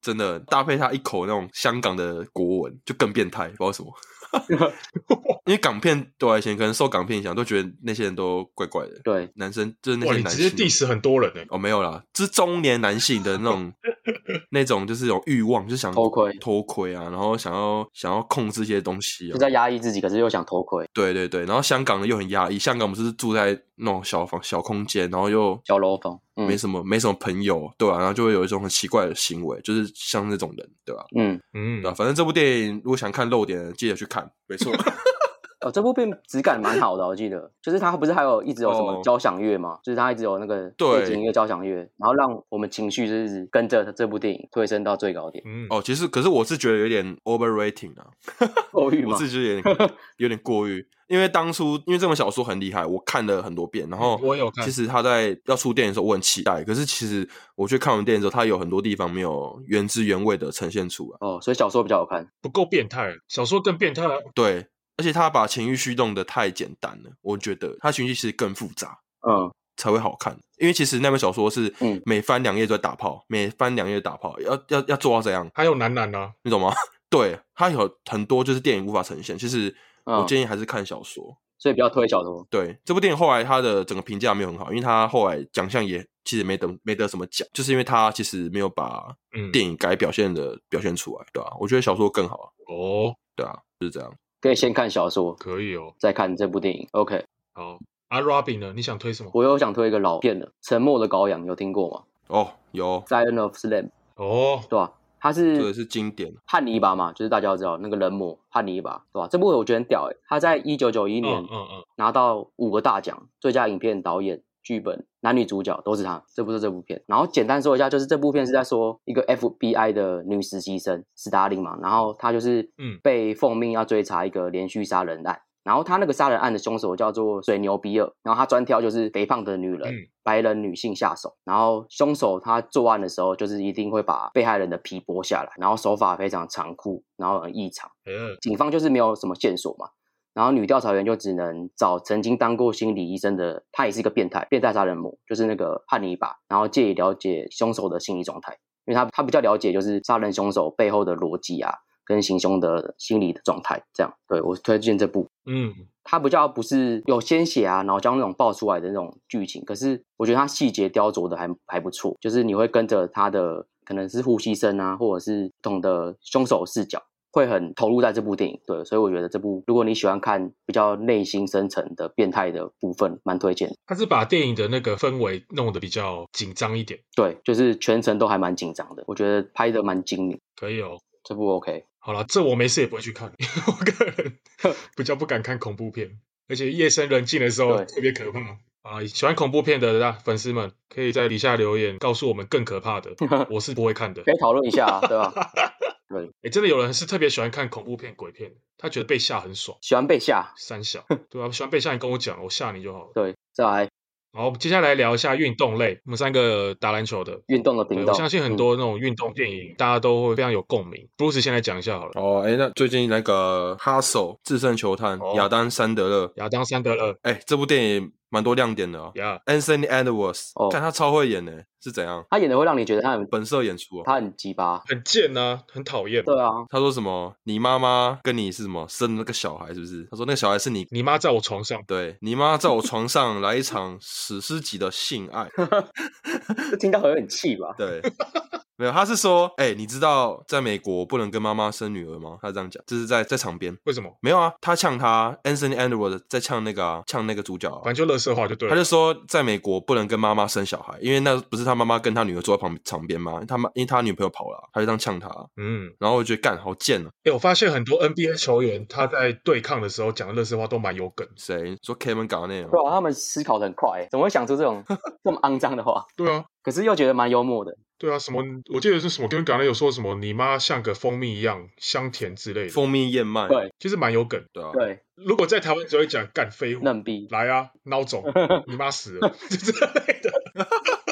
真的搭配他一口那种香港的国文，就更变态，不知道为什么。因为港片对我以前可能受港片影响，都觉得那些人都怪怪的。 对， 男生就是那些男性。 你直接 diss 很多人哦，没有啦，这是中年男性的那种那种就是有欲望，就想偷窥啊，然后想要控制一些东西就在压抑自己，可是又想偷窥。 对对对，然后香港的又很压抑，香港我们是住在那种小房小空间，然后又小楼房， 没什么朋友，对吧？然后就会有一种很奇怪的行为，就是像那种人，对吧？对吧？反正这部电影如果想看漏点，记得去看，没错。 这部片质感蛮好的，我记得，就是它不是还有一直有什么交响乐吗？就是它一直有那个背景音乐交响乐，然后让我们情绪就是跟着这部电影推升到最高点。 其实可是我是觉得有点 overrating 啊， 过誉吗？ 我自己觉得有点过誉，因为当初因为这本小说很厉害，我看了很多遍，然后我有看。 其实他在要出电影的时候，我很期待，可是其实我去看完电影之后，他有很多地方没有原汁原味的呈现出来。 所以小说比较好看， 不够变态，小说更变态。 对。而且他把情欲虚动的太简单了，我觉得他情绪其实更复杂，才会好看。因为其实那本小说是每翻2页都在打炮，每翻2页打炮，要做到这样。 还有男啊， 你懂吗？对，他有很多就是电影无法呈现。其实我建议还是看小说， 所以比较推小说。 对，这部电影后来他的整个评价没有很好，因为他后来奖项也其实没得什么奖，就是因为他其实没有把电影该表现出来，对吧？我觉得小说更好对啊，就是这样。 可以先看小说， 可以再看这部电影。OK， 好。Robin 呢？你想推什么？ 我有想推一个老片的《沉默的羔羊》，有听过吗？ 有。 Silence of the Lambs。对吧？它是这个是经典， 汉尼拔嘛，就是大家都知道那个人魔汉尼拔，对吧？这部我觉得很屌他在1991年拿到5个大奖，最佳影片、导演、剧本、男女主角都是他，这部片。然后简单说一下，就是这部片是在说一个 FBI 的女实习生史达林嘛，然后她就是被奉命要追查一个连续杀人案。然后他那个杀人案的凶手叫做水牛比尔，然后他专挑就是肥胖的女人、白人女性下手。然后凶手他作案的时候，就是一定会把被害人的皮剥下来，然后手法非常残酷，然后很异常。警方就是没有什么线索嘛，然后女调查员就只能找曾经当过心理医生的，他也是一个变态杀人魔，就是那个汉尼拔，然后借以了解凶手的心理状态，因为他比较了解就是杀人凶手背后的逻辑啊。跟行凶的心理的状态，这样对我推荐这部。它比较不是有鲜血啊，脑浆那种爆出来的那种剧情，可是我觉得它细节雕琢的还不错，就是你会跟着他的可能是呼吸声啊，或者是不同的凶手视角，会很投入在这部电影。对，所以我觉得这部如果你喜欢看比较内心深层的变态的部分，蛮推荐的。 它是把电影的那个氛围弄得比较紧张一点。 对，就是全程都还蛮紧张的，我觉得拍得蛮精明。 可以这部 OK。 好了，这我没事也不会去看，因为我个人比较不敢看恐怖片，而且夜深人静的时候特别可怕喜欢恐怖片的粉丝们可以在底下留言告诉我们更可怕的，我是不会看的。 可以讨论一下对吧？ 对，真的有人是特别喜欢看恐怖片、鬼片，他觉得被吓很爽， 喜欢被吓。 三小，对啊，喜欢被吓，你跟我讲，我吓你就好了。 对，再来。 好，接下来聊一下运动类。我们3个打篮球的运动的频道， 我相信很多那种运动电影，大家都会非常有共鸣。Bruce 先来讲一下好了。 那最近那个哈手制胜球探亚当·山德勒，这部电影蛮多亮点的Anthony Edwards， 看他超会演的，是怎样？ 他演的会让你觉得他很本色演出他很鸡巴， 很贱啊，很讨厌。 对啊， 他说什么？你妈妈跟你是什么生的那个小孩是不是？他说那个小孩是你妈在我床上， 对你妈在我床上来一场史诗级的性爱， 这听到有点气吧？ 对。没有，他是说，你知道在美国不能跟妈妈生女儿吗？他这样讲，这是在场边。 为什么？ 没有啊，他呛他 Anthony Edwards 在呛那个主角反正就垃圾话就对了。 他就说，在美国不能跟妈妈生小孩，因为那不是他妈妈跟他女儿坐在场边吗？因为他女朋友跑了，他就这样呛他。然后我就觉得干好贱啊！ 我发现很多 NBA 球员他在对抗的时候讲的垃圾话都蛮有梗。 谁说 Kevin Garnett？ 对啊，他们思考得很快，怎么会想出这种这么肮脏的话？ 对啊， 可是又觉得蛮幽默的。 对啊，什么？我记得是什么 Kevin Garnett 有说什么，你妈像个蜂蜜一样香甜之类的， 蜂蜜燕麦。 对， 其实蛮有梗。 对啊， 对。 如果在台湾只会讲干废物、 嫩逼， 来啊，孬种，你妈死了之类的。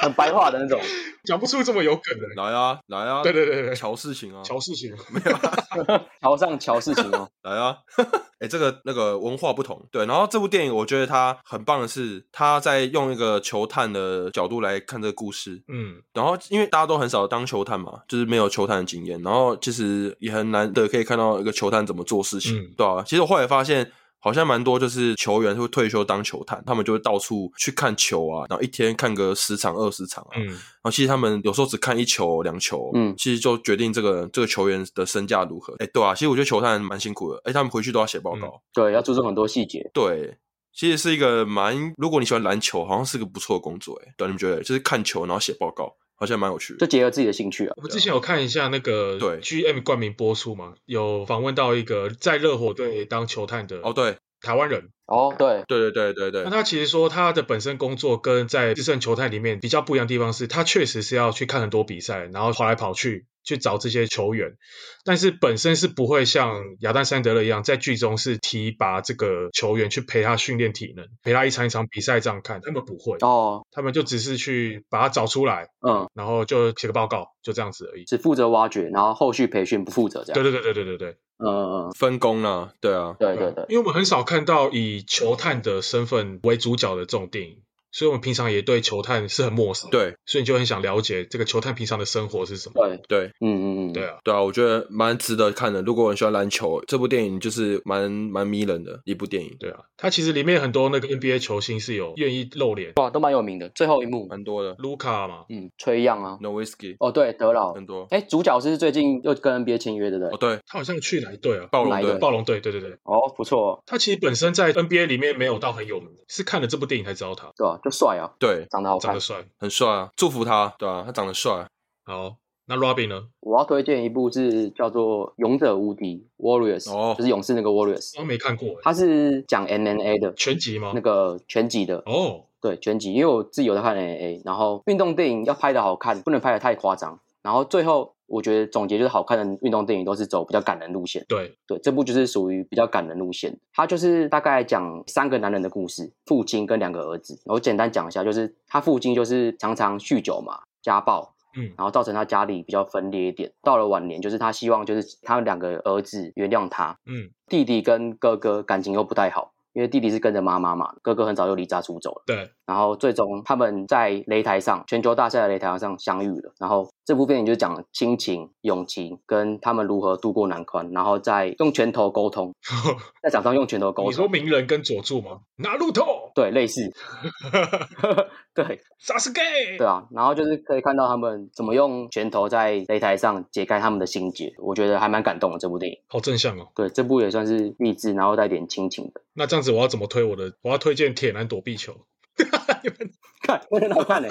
很白话的那种， 讲不出这么有梗的。 来啊，来啊！ 对对对对， 乔事情啊， 乔事情没有啊， 桥上乔事情哦。 来啊！这个那个文化不同，对。然后这部电影我觉得它很棒的是，它在用一个球探的角度来看这个故事。然后因为大家都很少当球探嘛，就是没有球探的经验，然后其实也很难得可以看到一个球探怎么做事情，对啊。其实我后来发现。好像蛮多就是球员会退休当球探，他们就会到处去看球啊，然后一天看个10场20场啊，然后其实他们有时候只看1球2球，其实就决定这个球员的身价如何。对啊，其实我觉得球探蛮辛苦的，他们回去都要写报告， 对，要注重很多细节。 对，其实是一个如果你喜欢篮球，好像是个不错的工作，对，你们觉得就是看球然后写报告。好像蛮有趣的， 就结合自己的兴趣啊。 我们之前有看一下那个 GM 冠名播出嘛，有访问到一个在热火队当球探的对台湾人。 对。 那他其实说他的本身工作跟在资深球探里面比较不一样的地方是，他确实是要去看很多比赛，然后跑来跑去找这些球员，但是本身是不会像亚当·山德勒一样在剧中是提拔这个球员去陪他训练体能，陪他一场一场比赛这样看，他们不会他们就只是去把他找出来，然后就写个报告，就这样子而已， 只负责挖掘，然后后续培训不负责这样。 对， 分工啊，对啊， 对， 因为我们很少看到以球探的身份为主角的这种电影。所以我们平常也对球探是很陌生， 对， 所以你就很想了解这个球探平常的生活是什么。 对，对啊，我觉得蛮值得看的。如果你喜欢篮球，这部电影就是蛮迷人的一部电影。 对啊，它其实里面很多那个 NBA 球星是有愿意露脸， 哇，都蛮有名的。最后一幕蛮多的， 卢卡嘛， 崔样啊 ，Nowitzki， 对，德劳很多。 主角是最近又跟 NBA 签约的，对不对？对， 他好像去哪一队啊？ 暴龙队， 对。 不错。 他其实本身在 NBA 里面没有到很有名，是看了这部电影才知道他。 对啊，就帅啊， 对， 长得好看， 长得帅， 很帅啊，祝福他，对啊，他长得帅。 好，那 Robin 呢？ 我要推荐一部是叫做《勇者无敌》Warriors，就是勇士那个 Warriors。 我没看过， 他是讲 MMA 的拳击吗？ 那个拳击的对，拳击，因为我自己有在看 MMA， 然后运动电影要拍得好看，不能拍得太夸张。然后最后我觉得总结就是好看的运动电影都是走比较感人路线。 对， 这部就是属于比较感人路线。它就是大概讲3个男人的故事，父亲跟2个儿子。我简单讲一下，就是他父亲就是常常酗酒嘛，家暴。然后造成他家里比较分裂一点。到了晚年，就是他希望就是他2个儿子原谅他。弟弟跟哥哥感情又不太好，因为弟弟是跟着妈妈嘛，哥哥很早就离家出走了。 对。 然后最终他们在擂台上，全球大赛的擂台上相遇了。然后这部电影就讲亲情、友情跟他们如何渡过难关，然后再用拳头沟通，在场上用拳头沟通。 你说鸣人跟佐助吗？拿路头。 对，类似。对， 萨斯盖。 对啊，然后就是可以看到他们怎么用拳头在擂台上解开他们的心结，我觉得还蛮感动的这部电影。 好正向哦。 对，这部也算是励志，然后带点亲情的。 那这样子我要怎么推我要推荐铁男躲避球。 你们看，很好看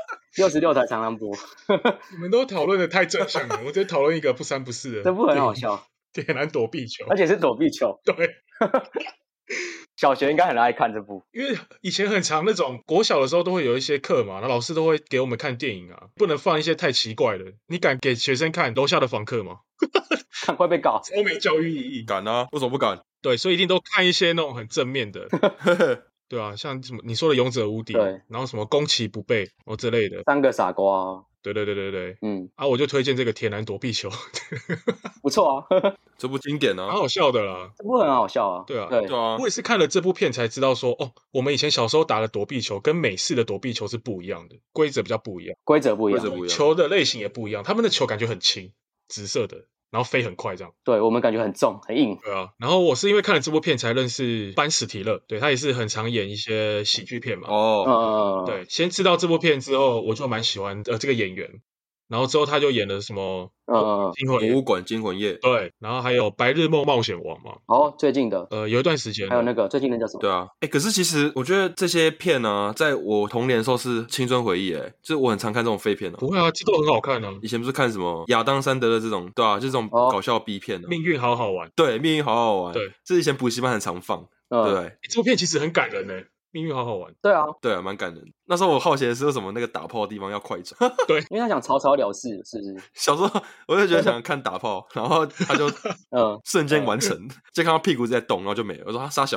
66台常常播。 你们都讨论的太正向了，我直接讨论一个不三不四的。 这部很好笑， 铁男躲避球， 而且是躲避球。 对。 小学应该很爱看这部， 因为以前很常那种国小的时候都会有一些课嘛，那老师都会给我们看电影啊，不能放一些太奇怪的。你敢给学生看楼下的房客吗？ 看会被告， 超没教育意义。 敢啊，为什么不敢？ 对，所以一定都看一些那种很正面的。对啊，像什么你说的勇者无敌，然后什么攻其不备之类的 ，3个傻瓜。 对，我就推荐这个铁男躲避球。 不错啊。 这部经典啊， 蛮好笑的啦。 这部很好笑啊。 对啊， 我也是看了这部片才知道说，我们以前小时候打的躲避球跟美式的躲避球是不一样的，规则比较不一样，球的类型也不一样，他们的球感觉很轻，紫色的。然后飞很快这样， 对我们感觉很重很硬。 对啊，然后我是因为看了这部片才认识班史提勒，对他也是很常演一些喜剧片嘛。对，先知道这部片之后，我就蛮喜欢这个演员。然后之后他就演了什么博物馆惊魂夜， 对，然后还有白日梦冒险王嘛。 最近的有一段时间， 还有那个最近的叫什么？ 对啊，可是其实我觉得这些片呢，在我童年的时候是青春回忆，就是我很常看这种废片不会啊，这都很好看啊。 以前不是看什么亚当·山德的这种，对啊，就这种搞笑 B 片命运好好玩。 对，命运好好玩。 对， 这以前补习班很常放，对不对？ 这部片其实很感人命运好好玩。 对啊， 蛮感人。那时候我好奇的是为什么那个打炮的地方要快转？ 对， 因为他想草草了事，是不是？ 小时候我就觉得想看打炮，然后他就瞬间完成，就看到屁股在动，然后就没了。我说他傻小，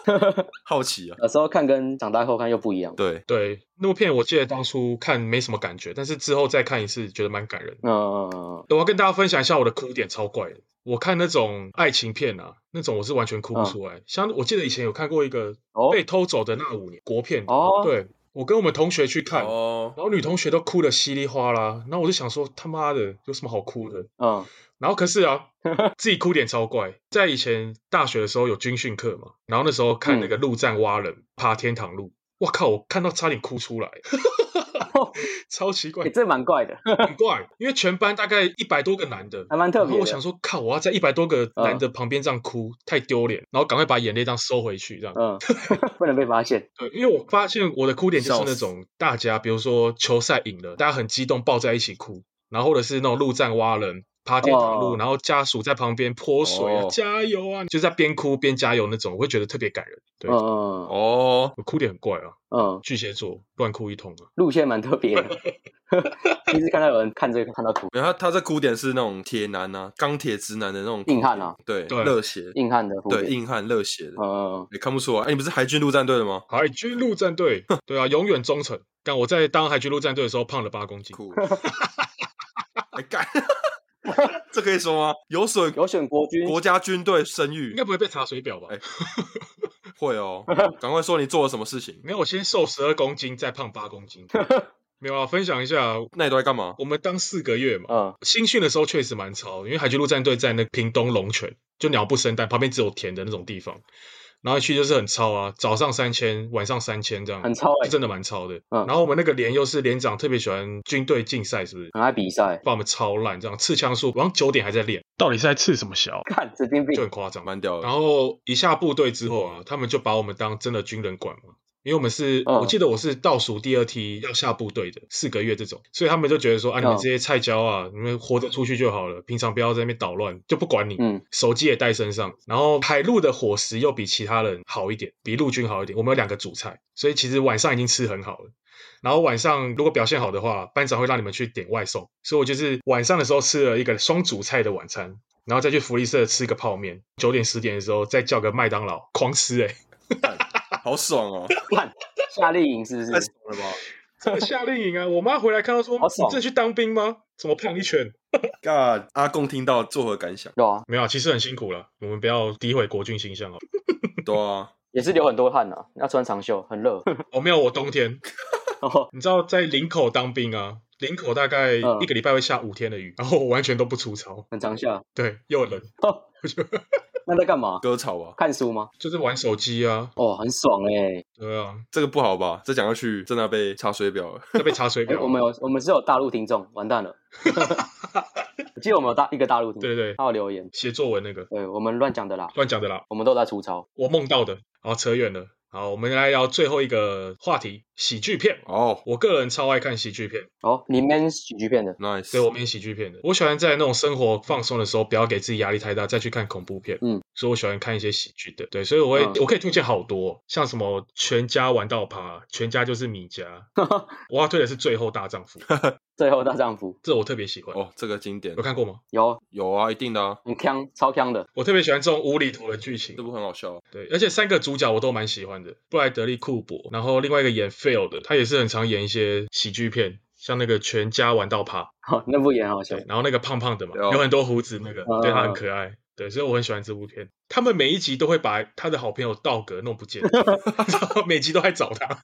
好奇啊。 有时候看跟长大后看又不一样。 对对，那部片我记得当初看没什么感觉，但是之后再看一次觉得蛮感人的。我要跟大家分享一下我的哭点超怪的。我看那种爱情片啊，那种我是完全哭不出来。像我记得以前有看过一个被偷走的那5年国片，对，我跟我们同学去看，然后女同学都哭得稀里哗啦，然后我就想说他妈的有什么好哭的？然后可是啊，自己哭点超怪。在以前大学的时候有军训课嘛，然后那时候看那个陆战蛙人爬天堂路，我靠，我看到差点哭出来。超奇怪， 这蛮怪的， 很怪，因为全班大概100多个男的， 还蛮特别的。 然后我想说，靠，我要在100多个男的旁边这样哭，太丢脸，然后赶快把眼泪这样收回去，这样， 不能被发现。 对，因为我发现我的哭点就是那种大家，比如说球赛赢了，大家很激动抱在一起哭，然后或者是那种陆战蛙人爬天堂路，然后家属在旁边泼水啊，加油啊，就在边哭边加油那种，我会觉得特别感人。对，我哭点很怪啊，巨蟹座乱哭一通啊， 路线蛮特别的。第一次看到有人看这个看到哭， 然后他这哭点是那种铁男啊，钢铁直男的那种硬汉啊， 对，热血硬汉的， 对，硬汉热血的，也看不出来。你不是海军陆战队的吗？ 海军陆战队，对啊，永远忠诚。但我在当海军陆战队的时候胖了8公斤， 酷，干。这可以说吗？有损国家军队声誉， 应该不会被查水表吧？ 会哦，赶快说你做了什么事情。 没有，我先瘦12公斤，再胖8公斤。没有啊，分享一下。 那你都在干嘛？ 我们当4个月嘛，新训的时候确实蛮超，因为海军陆战队在那屏东龙泉，就鸟不生蛋，旁边只有田的那种地方。然后去就是很超啊，早上3000，晚上3000这样， 很超就真的蛮超的。然后我们那个连又是连长特别喜欢军队竞赛，是不是？ 很爱比赛， 把我们超烂，这样刺枪术，晚上9点还在练，到底是在刺什么小？ 看神经病， 就很夸张， 蛮屌的。 然后一下部队之后啊，他们就把我们当真的军人管嘛。因为我们是，我记得我是倒数第2梯要下部队的，4个月这种，所以他们就觉得说啊，你们这些菜椒啊，你们活着出去就好了，平常不要在那边捣乱，就不管你，手机也带身上，然后海陆的伙食又比其他人好一点，比陆军好一点，我们有2个主菜，所以其实晚上已经吃很好了。然后晚上如果表现好的话，班长会让你们去点外送，所以我就是晚上的时候吃了一个双主菜的晚餐，然后再去福利社吃个泡面，9点10点的时候再叫个麦当劳狂吃好爽哦！ 夏令营是不是？ 太爽了吧！ 这个夏令营啊，我妈回来看到说：“你这去当兵吗？怎么胖一圈 ？”God， 阿公听到作何感想？ 对啊， 没有啊，其实很辛苦了，我们不要诋毁国军形象哦。 对啊， 也是流很多汗啊，要穿长袖，很热。 没有，我冬天。你知道在林口当兵啊？林口大概1个礼拜会下5天的雨，然后我完全都不出操， 很常下。 对，又冷。 那在干嘛？ 割草吧？ 看书吗？ 就是玩手机啊。 很爽对啊， 这个不好吧？这讲下去真的要被查水表了。 要被查水表。 我们是有大陆听众，完蛋了。我记得我们有一个大陆听众， 对， 他有留言写作文那个。 对，我们乱讲的啦， 我们都在出操。 我梦到的，然后扯远了。好，我们来聊最后一个话题，喜剧片。我个人超爱看喜剧片。 你编喜剧片的 ，nice。 对，我编喜剧片的。我喜欢在那种生活放松的时候，不要给自己压力太大，再去看恐怖片。所以我喜欢看一些喜剧的。对，所以我可以推荐好多，像什么全家玩到趴，全家就是米家。我要推的是最后大丈夫。 最后大丈夫， 这我特别喜欢。 这个经典有看过吗？ 有啊，一定的啊， 很鏘，超鏘的。 我特别喜欢这种无厘头的剧情， 这部很好笑。 对，而且3个主角我都蛮喜欢的，布莱德利·库珀，然后另外一个演 Phil 的，他也是很常演一些喜剧片，像那个全家玩到趴， 那部也很好笑。 然后那个胖胖的嘛，有很多胡子那个，对，他很可爱。对，所以我很喜欢这部片。他们每一集都会把他的好朋友道格弄不见，然后每集都在找他。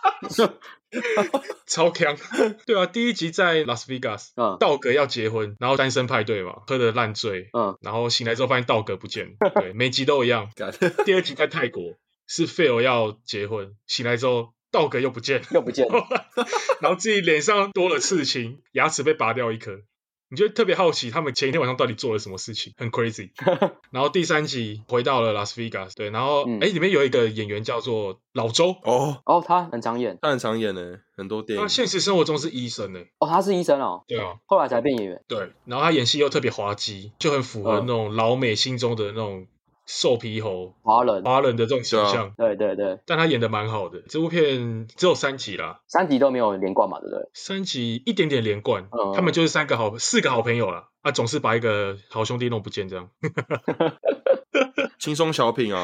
超强。对啊，第1集在拉斯维加斯，道格要结婚，然后单身派对嘛，喝得烂醉，然后醒来之后发现道格不见了。对，每集都一样。第2集在泰国，是 Phil 要结婚，醒来之后道格又不见了，然后自己脸上多了刺青，牙齿被拔掉1颗。你就特别好奇他们前一天晚上到底做了什么事情，很 crazy。然后第3集回到了拉斯维加斯，对，然后里面有一个演员叫做老周。 他很常演， 很多电影。 他现实生活中是医生他是医生哦。 对啊， 后来才变演员。 对，然后他演戏又特别滑稽，就很符合那种老美心中的那种瘦皮猴华人的这种形象。 对， 但他演的蛮好的。这部片只有3集啦 ，3集都没有连贯嘛，对不对 ？3集一点点连贯，他们就是4个好朋友啦，总是把一个好兄弟弄不见这样。 轻松小品啊。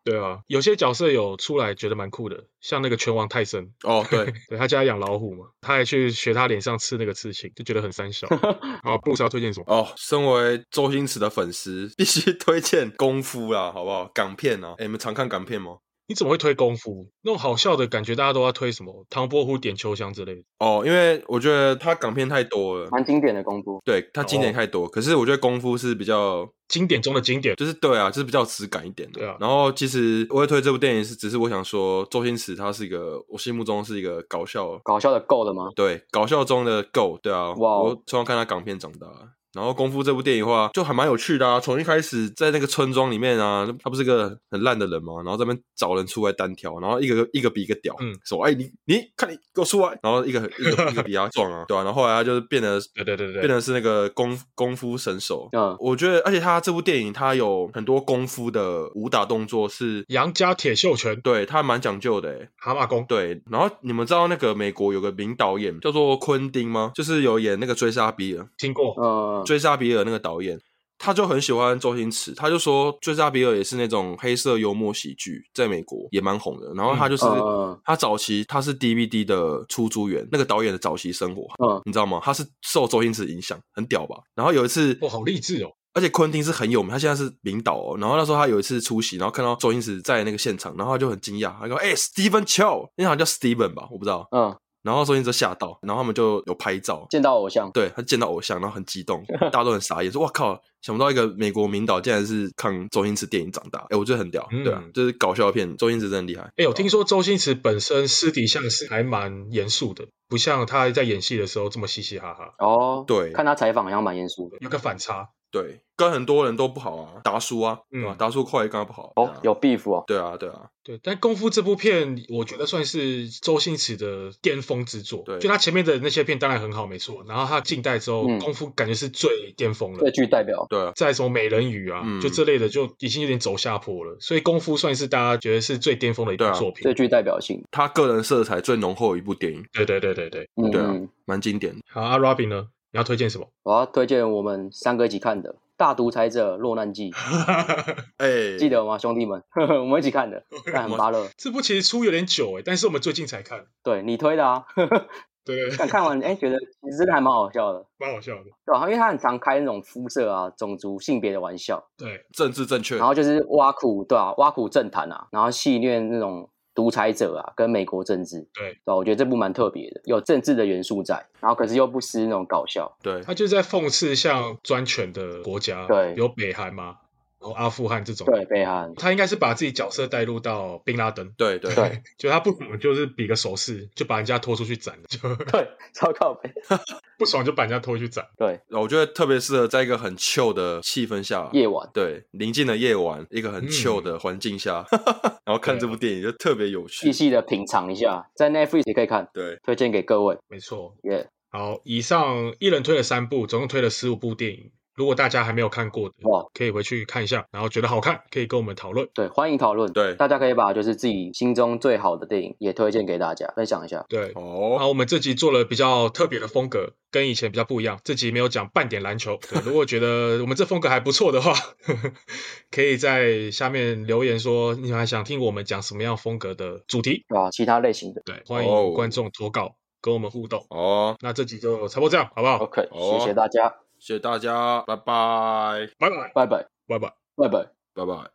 对啊，有些角色有出来觉得蛮酷的，像那个拳王泰森。 哦，对， 对他家养老虎嘛，他还去学他脸上刺那个刺青，就觉得很三小。好，布鲁斯要推荐什么？ 哦，身为周星驰的粉丝，必须推荐功夫啦，好不好？港片啊，你们常看港片吗？ 你怎么会推功夫？那种好笑的感觉，大家都要推什么唐伯虎点秋香之类的。 哦，因为我觉得他港片太多了， 蛮经典的功夫。 对，他经典太多，可是我觉得功夫是比较经典中的经典， 就是对啊，就是比较有质感一点的。 对啊。 然后其实我会推这部电影只是我想说，周星驰他是一个我心目中是一个搞笑的够的吗？ 对，搞笑中的够，对啊。 哇， 我从小看他港片长大。然后功夫这部电影的话就还蛮有趣的啊，从一开始在那个村庄里面啊，他不是个很烂的人嘛，然后在那边找人出来单挑，然后一个比一个屌，说哎你看你给我出来，然后一个比他壮啊，对啊，然后后来他就是变得变得是那个功夫神手。我觉得而且他这部电影他有很多功夫的武打动作是杨家铁袖拳， 对他蛮讲究的蛤蟆功。 对，然后你们知道那个美国有个名导演叫做昆汀吗？就是有演那个追杀比尔， 听过。 追杀比尔那个导演，他就很喜欢周星驰，他就说追杀比尔也是那种黑色幽默喜剧，在美国也蛮红的。然后他就是他早期他是 DVD 的出租员，那个导演的早期生活，你知道吗？他是受周星驰影响，很屌吧？然后有一次， 好励志哦！ 而且昆汀是很有名，他现在是名导哦。然后那时候他有一次出席，然后看到周星驰在那个现场，然后他就很惊讶，他说：“Steven Chow， 那好像叫 Steven 吧，我不知道。”然后周星驰吓到，然后他们就有拍照， 见到偶像， 对他见到偶像，然后很激动，大家都很傻眼，说哇靠，想不到一个美国名导竟然是看周星驰电影长大，我觉得很屌，对啊，就是搞笑片，周星驰真的厉害。 我听说周星驰本身私底下是还蛮严肃的，不像他在演戏的时候这么嘻嘻哈哈。 对， 看他采访好像蛮严肃的， 有个反差。 对，跟很多人都不好啊，达叔啊，对吧？达叔后来跟他不好有 beef 哦。 对啊。 对，但功夫这部片，我觉得算是周星驰的巅峰之作。 对， 就他前面的那些片当然很好，没错。然后他近代之后，功夫感觉是最巅峰了， 最具代表。 对， 在什么美人鱼啊，就这类的，就已经有点走下坡了。所以功夫算是大家觉得是最巅峰的一部作品， 最具代表性。 他个人色彩最浓厚的一部电影。 对， 对啊，蛮经典的。 好，阿 Robin 呢？你要推荐什么？ 我要推荐我们3个一起看的《大独裁者落难记》记得吗，兄弟们？我们一起看的，但很芭乐。 这部其实出有点久但是我们最近才看。 对，你推的啊。 对， 看完觉得其实真的还蛮好笑的， 蛮好笑的。 对啊，因为他很常开那种肤色啊、种族、性别的玩笑， 对， 政治正确， 然后就是挖苦，对啊，挖苦政坛啊，然后戏谑那种独裁者啊，跟美国政治， 对， 我觉得这部蛮特别的，有政治的元素在，然后可是又不失那种搞笑。 对， 他就在讽刺像专权的国家， 对， 有北韩嘛，然后阿富汗这种， 对，北韩， 他应该是把自己角色带入到宾拉登， 对， 就他不爽就是比个手势，就把人家拖出去斩了，就对，超靠北， 不爽就把人家拖去斩。 对， 我觉得特别适合在一个很 chill 的气氛下， 夜晚， 对，宁静的夜晚，一个很 chill 的环境下，然后看这部电影就特别有趣， 细细的品尝一下，在 Netflix 也可以看， 对， 推荐给各位， 没错， 好， 以上一人推了3部，总共推了15部电影。如果大家还没有看过的，可以回去看一下，然后觉得好看，可以跟我们讨论。 对，欢迎讨论。 对， 大家可以把就是自己心中最好的电影也推荐给大家，分享一下。 对，好，我们这集做了比较特别的风格，跟以前比较不一样。这集没有讲半点篮球。对，如果觉得我们这风格还不错的话，可以在下面留言说你还想听我们讲什么样风格的主题其他类型的。 对，欢迎观众投稿跟我们互动。那这集就差不多这样，好不好 ？OK，谢谢大家。 谢谢大家，拜拜， 拜拜， 拜拜， 拜拜， 拜拜， 拜拜。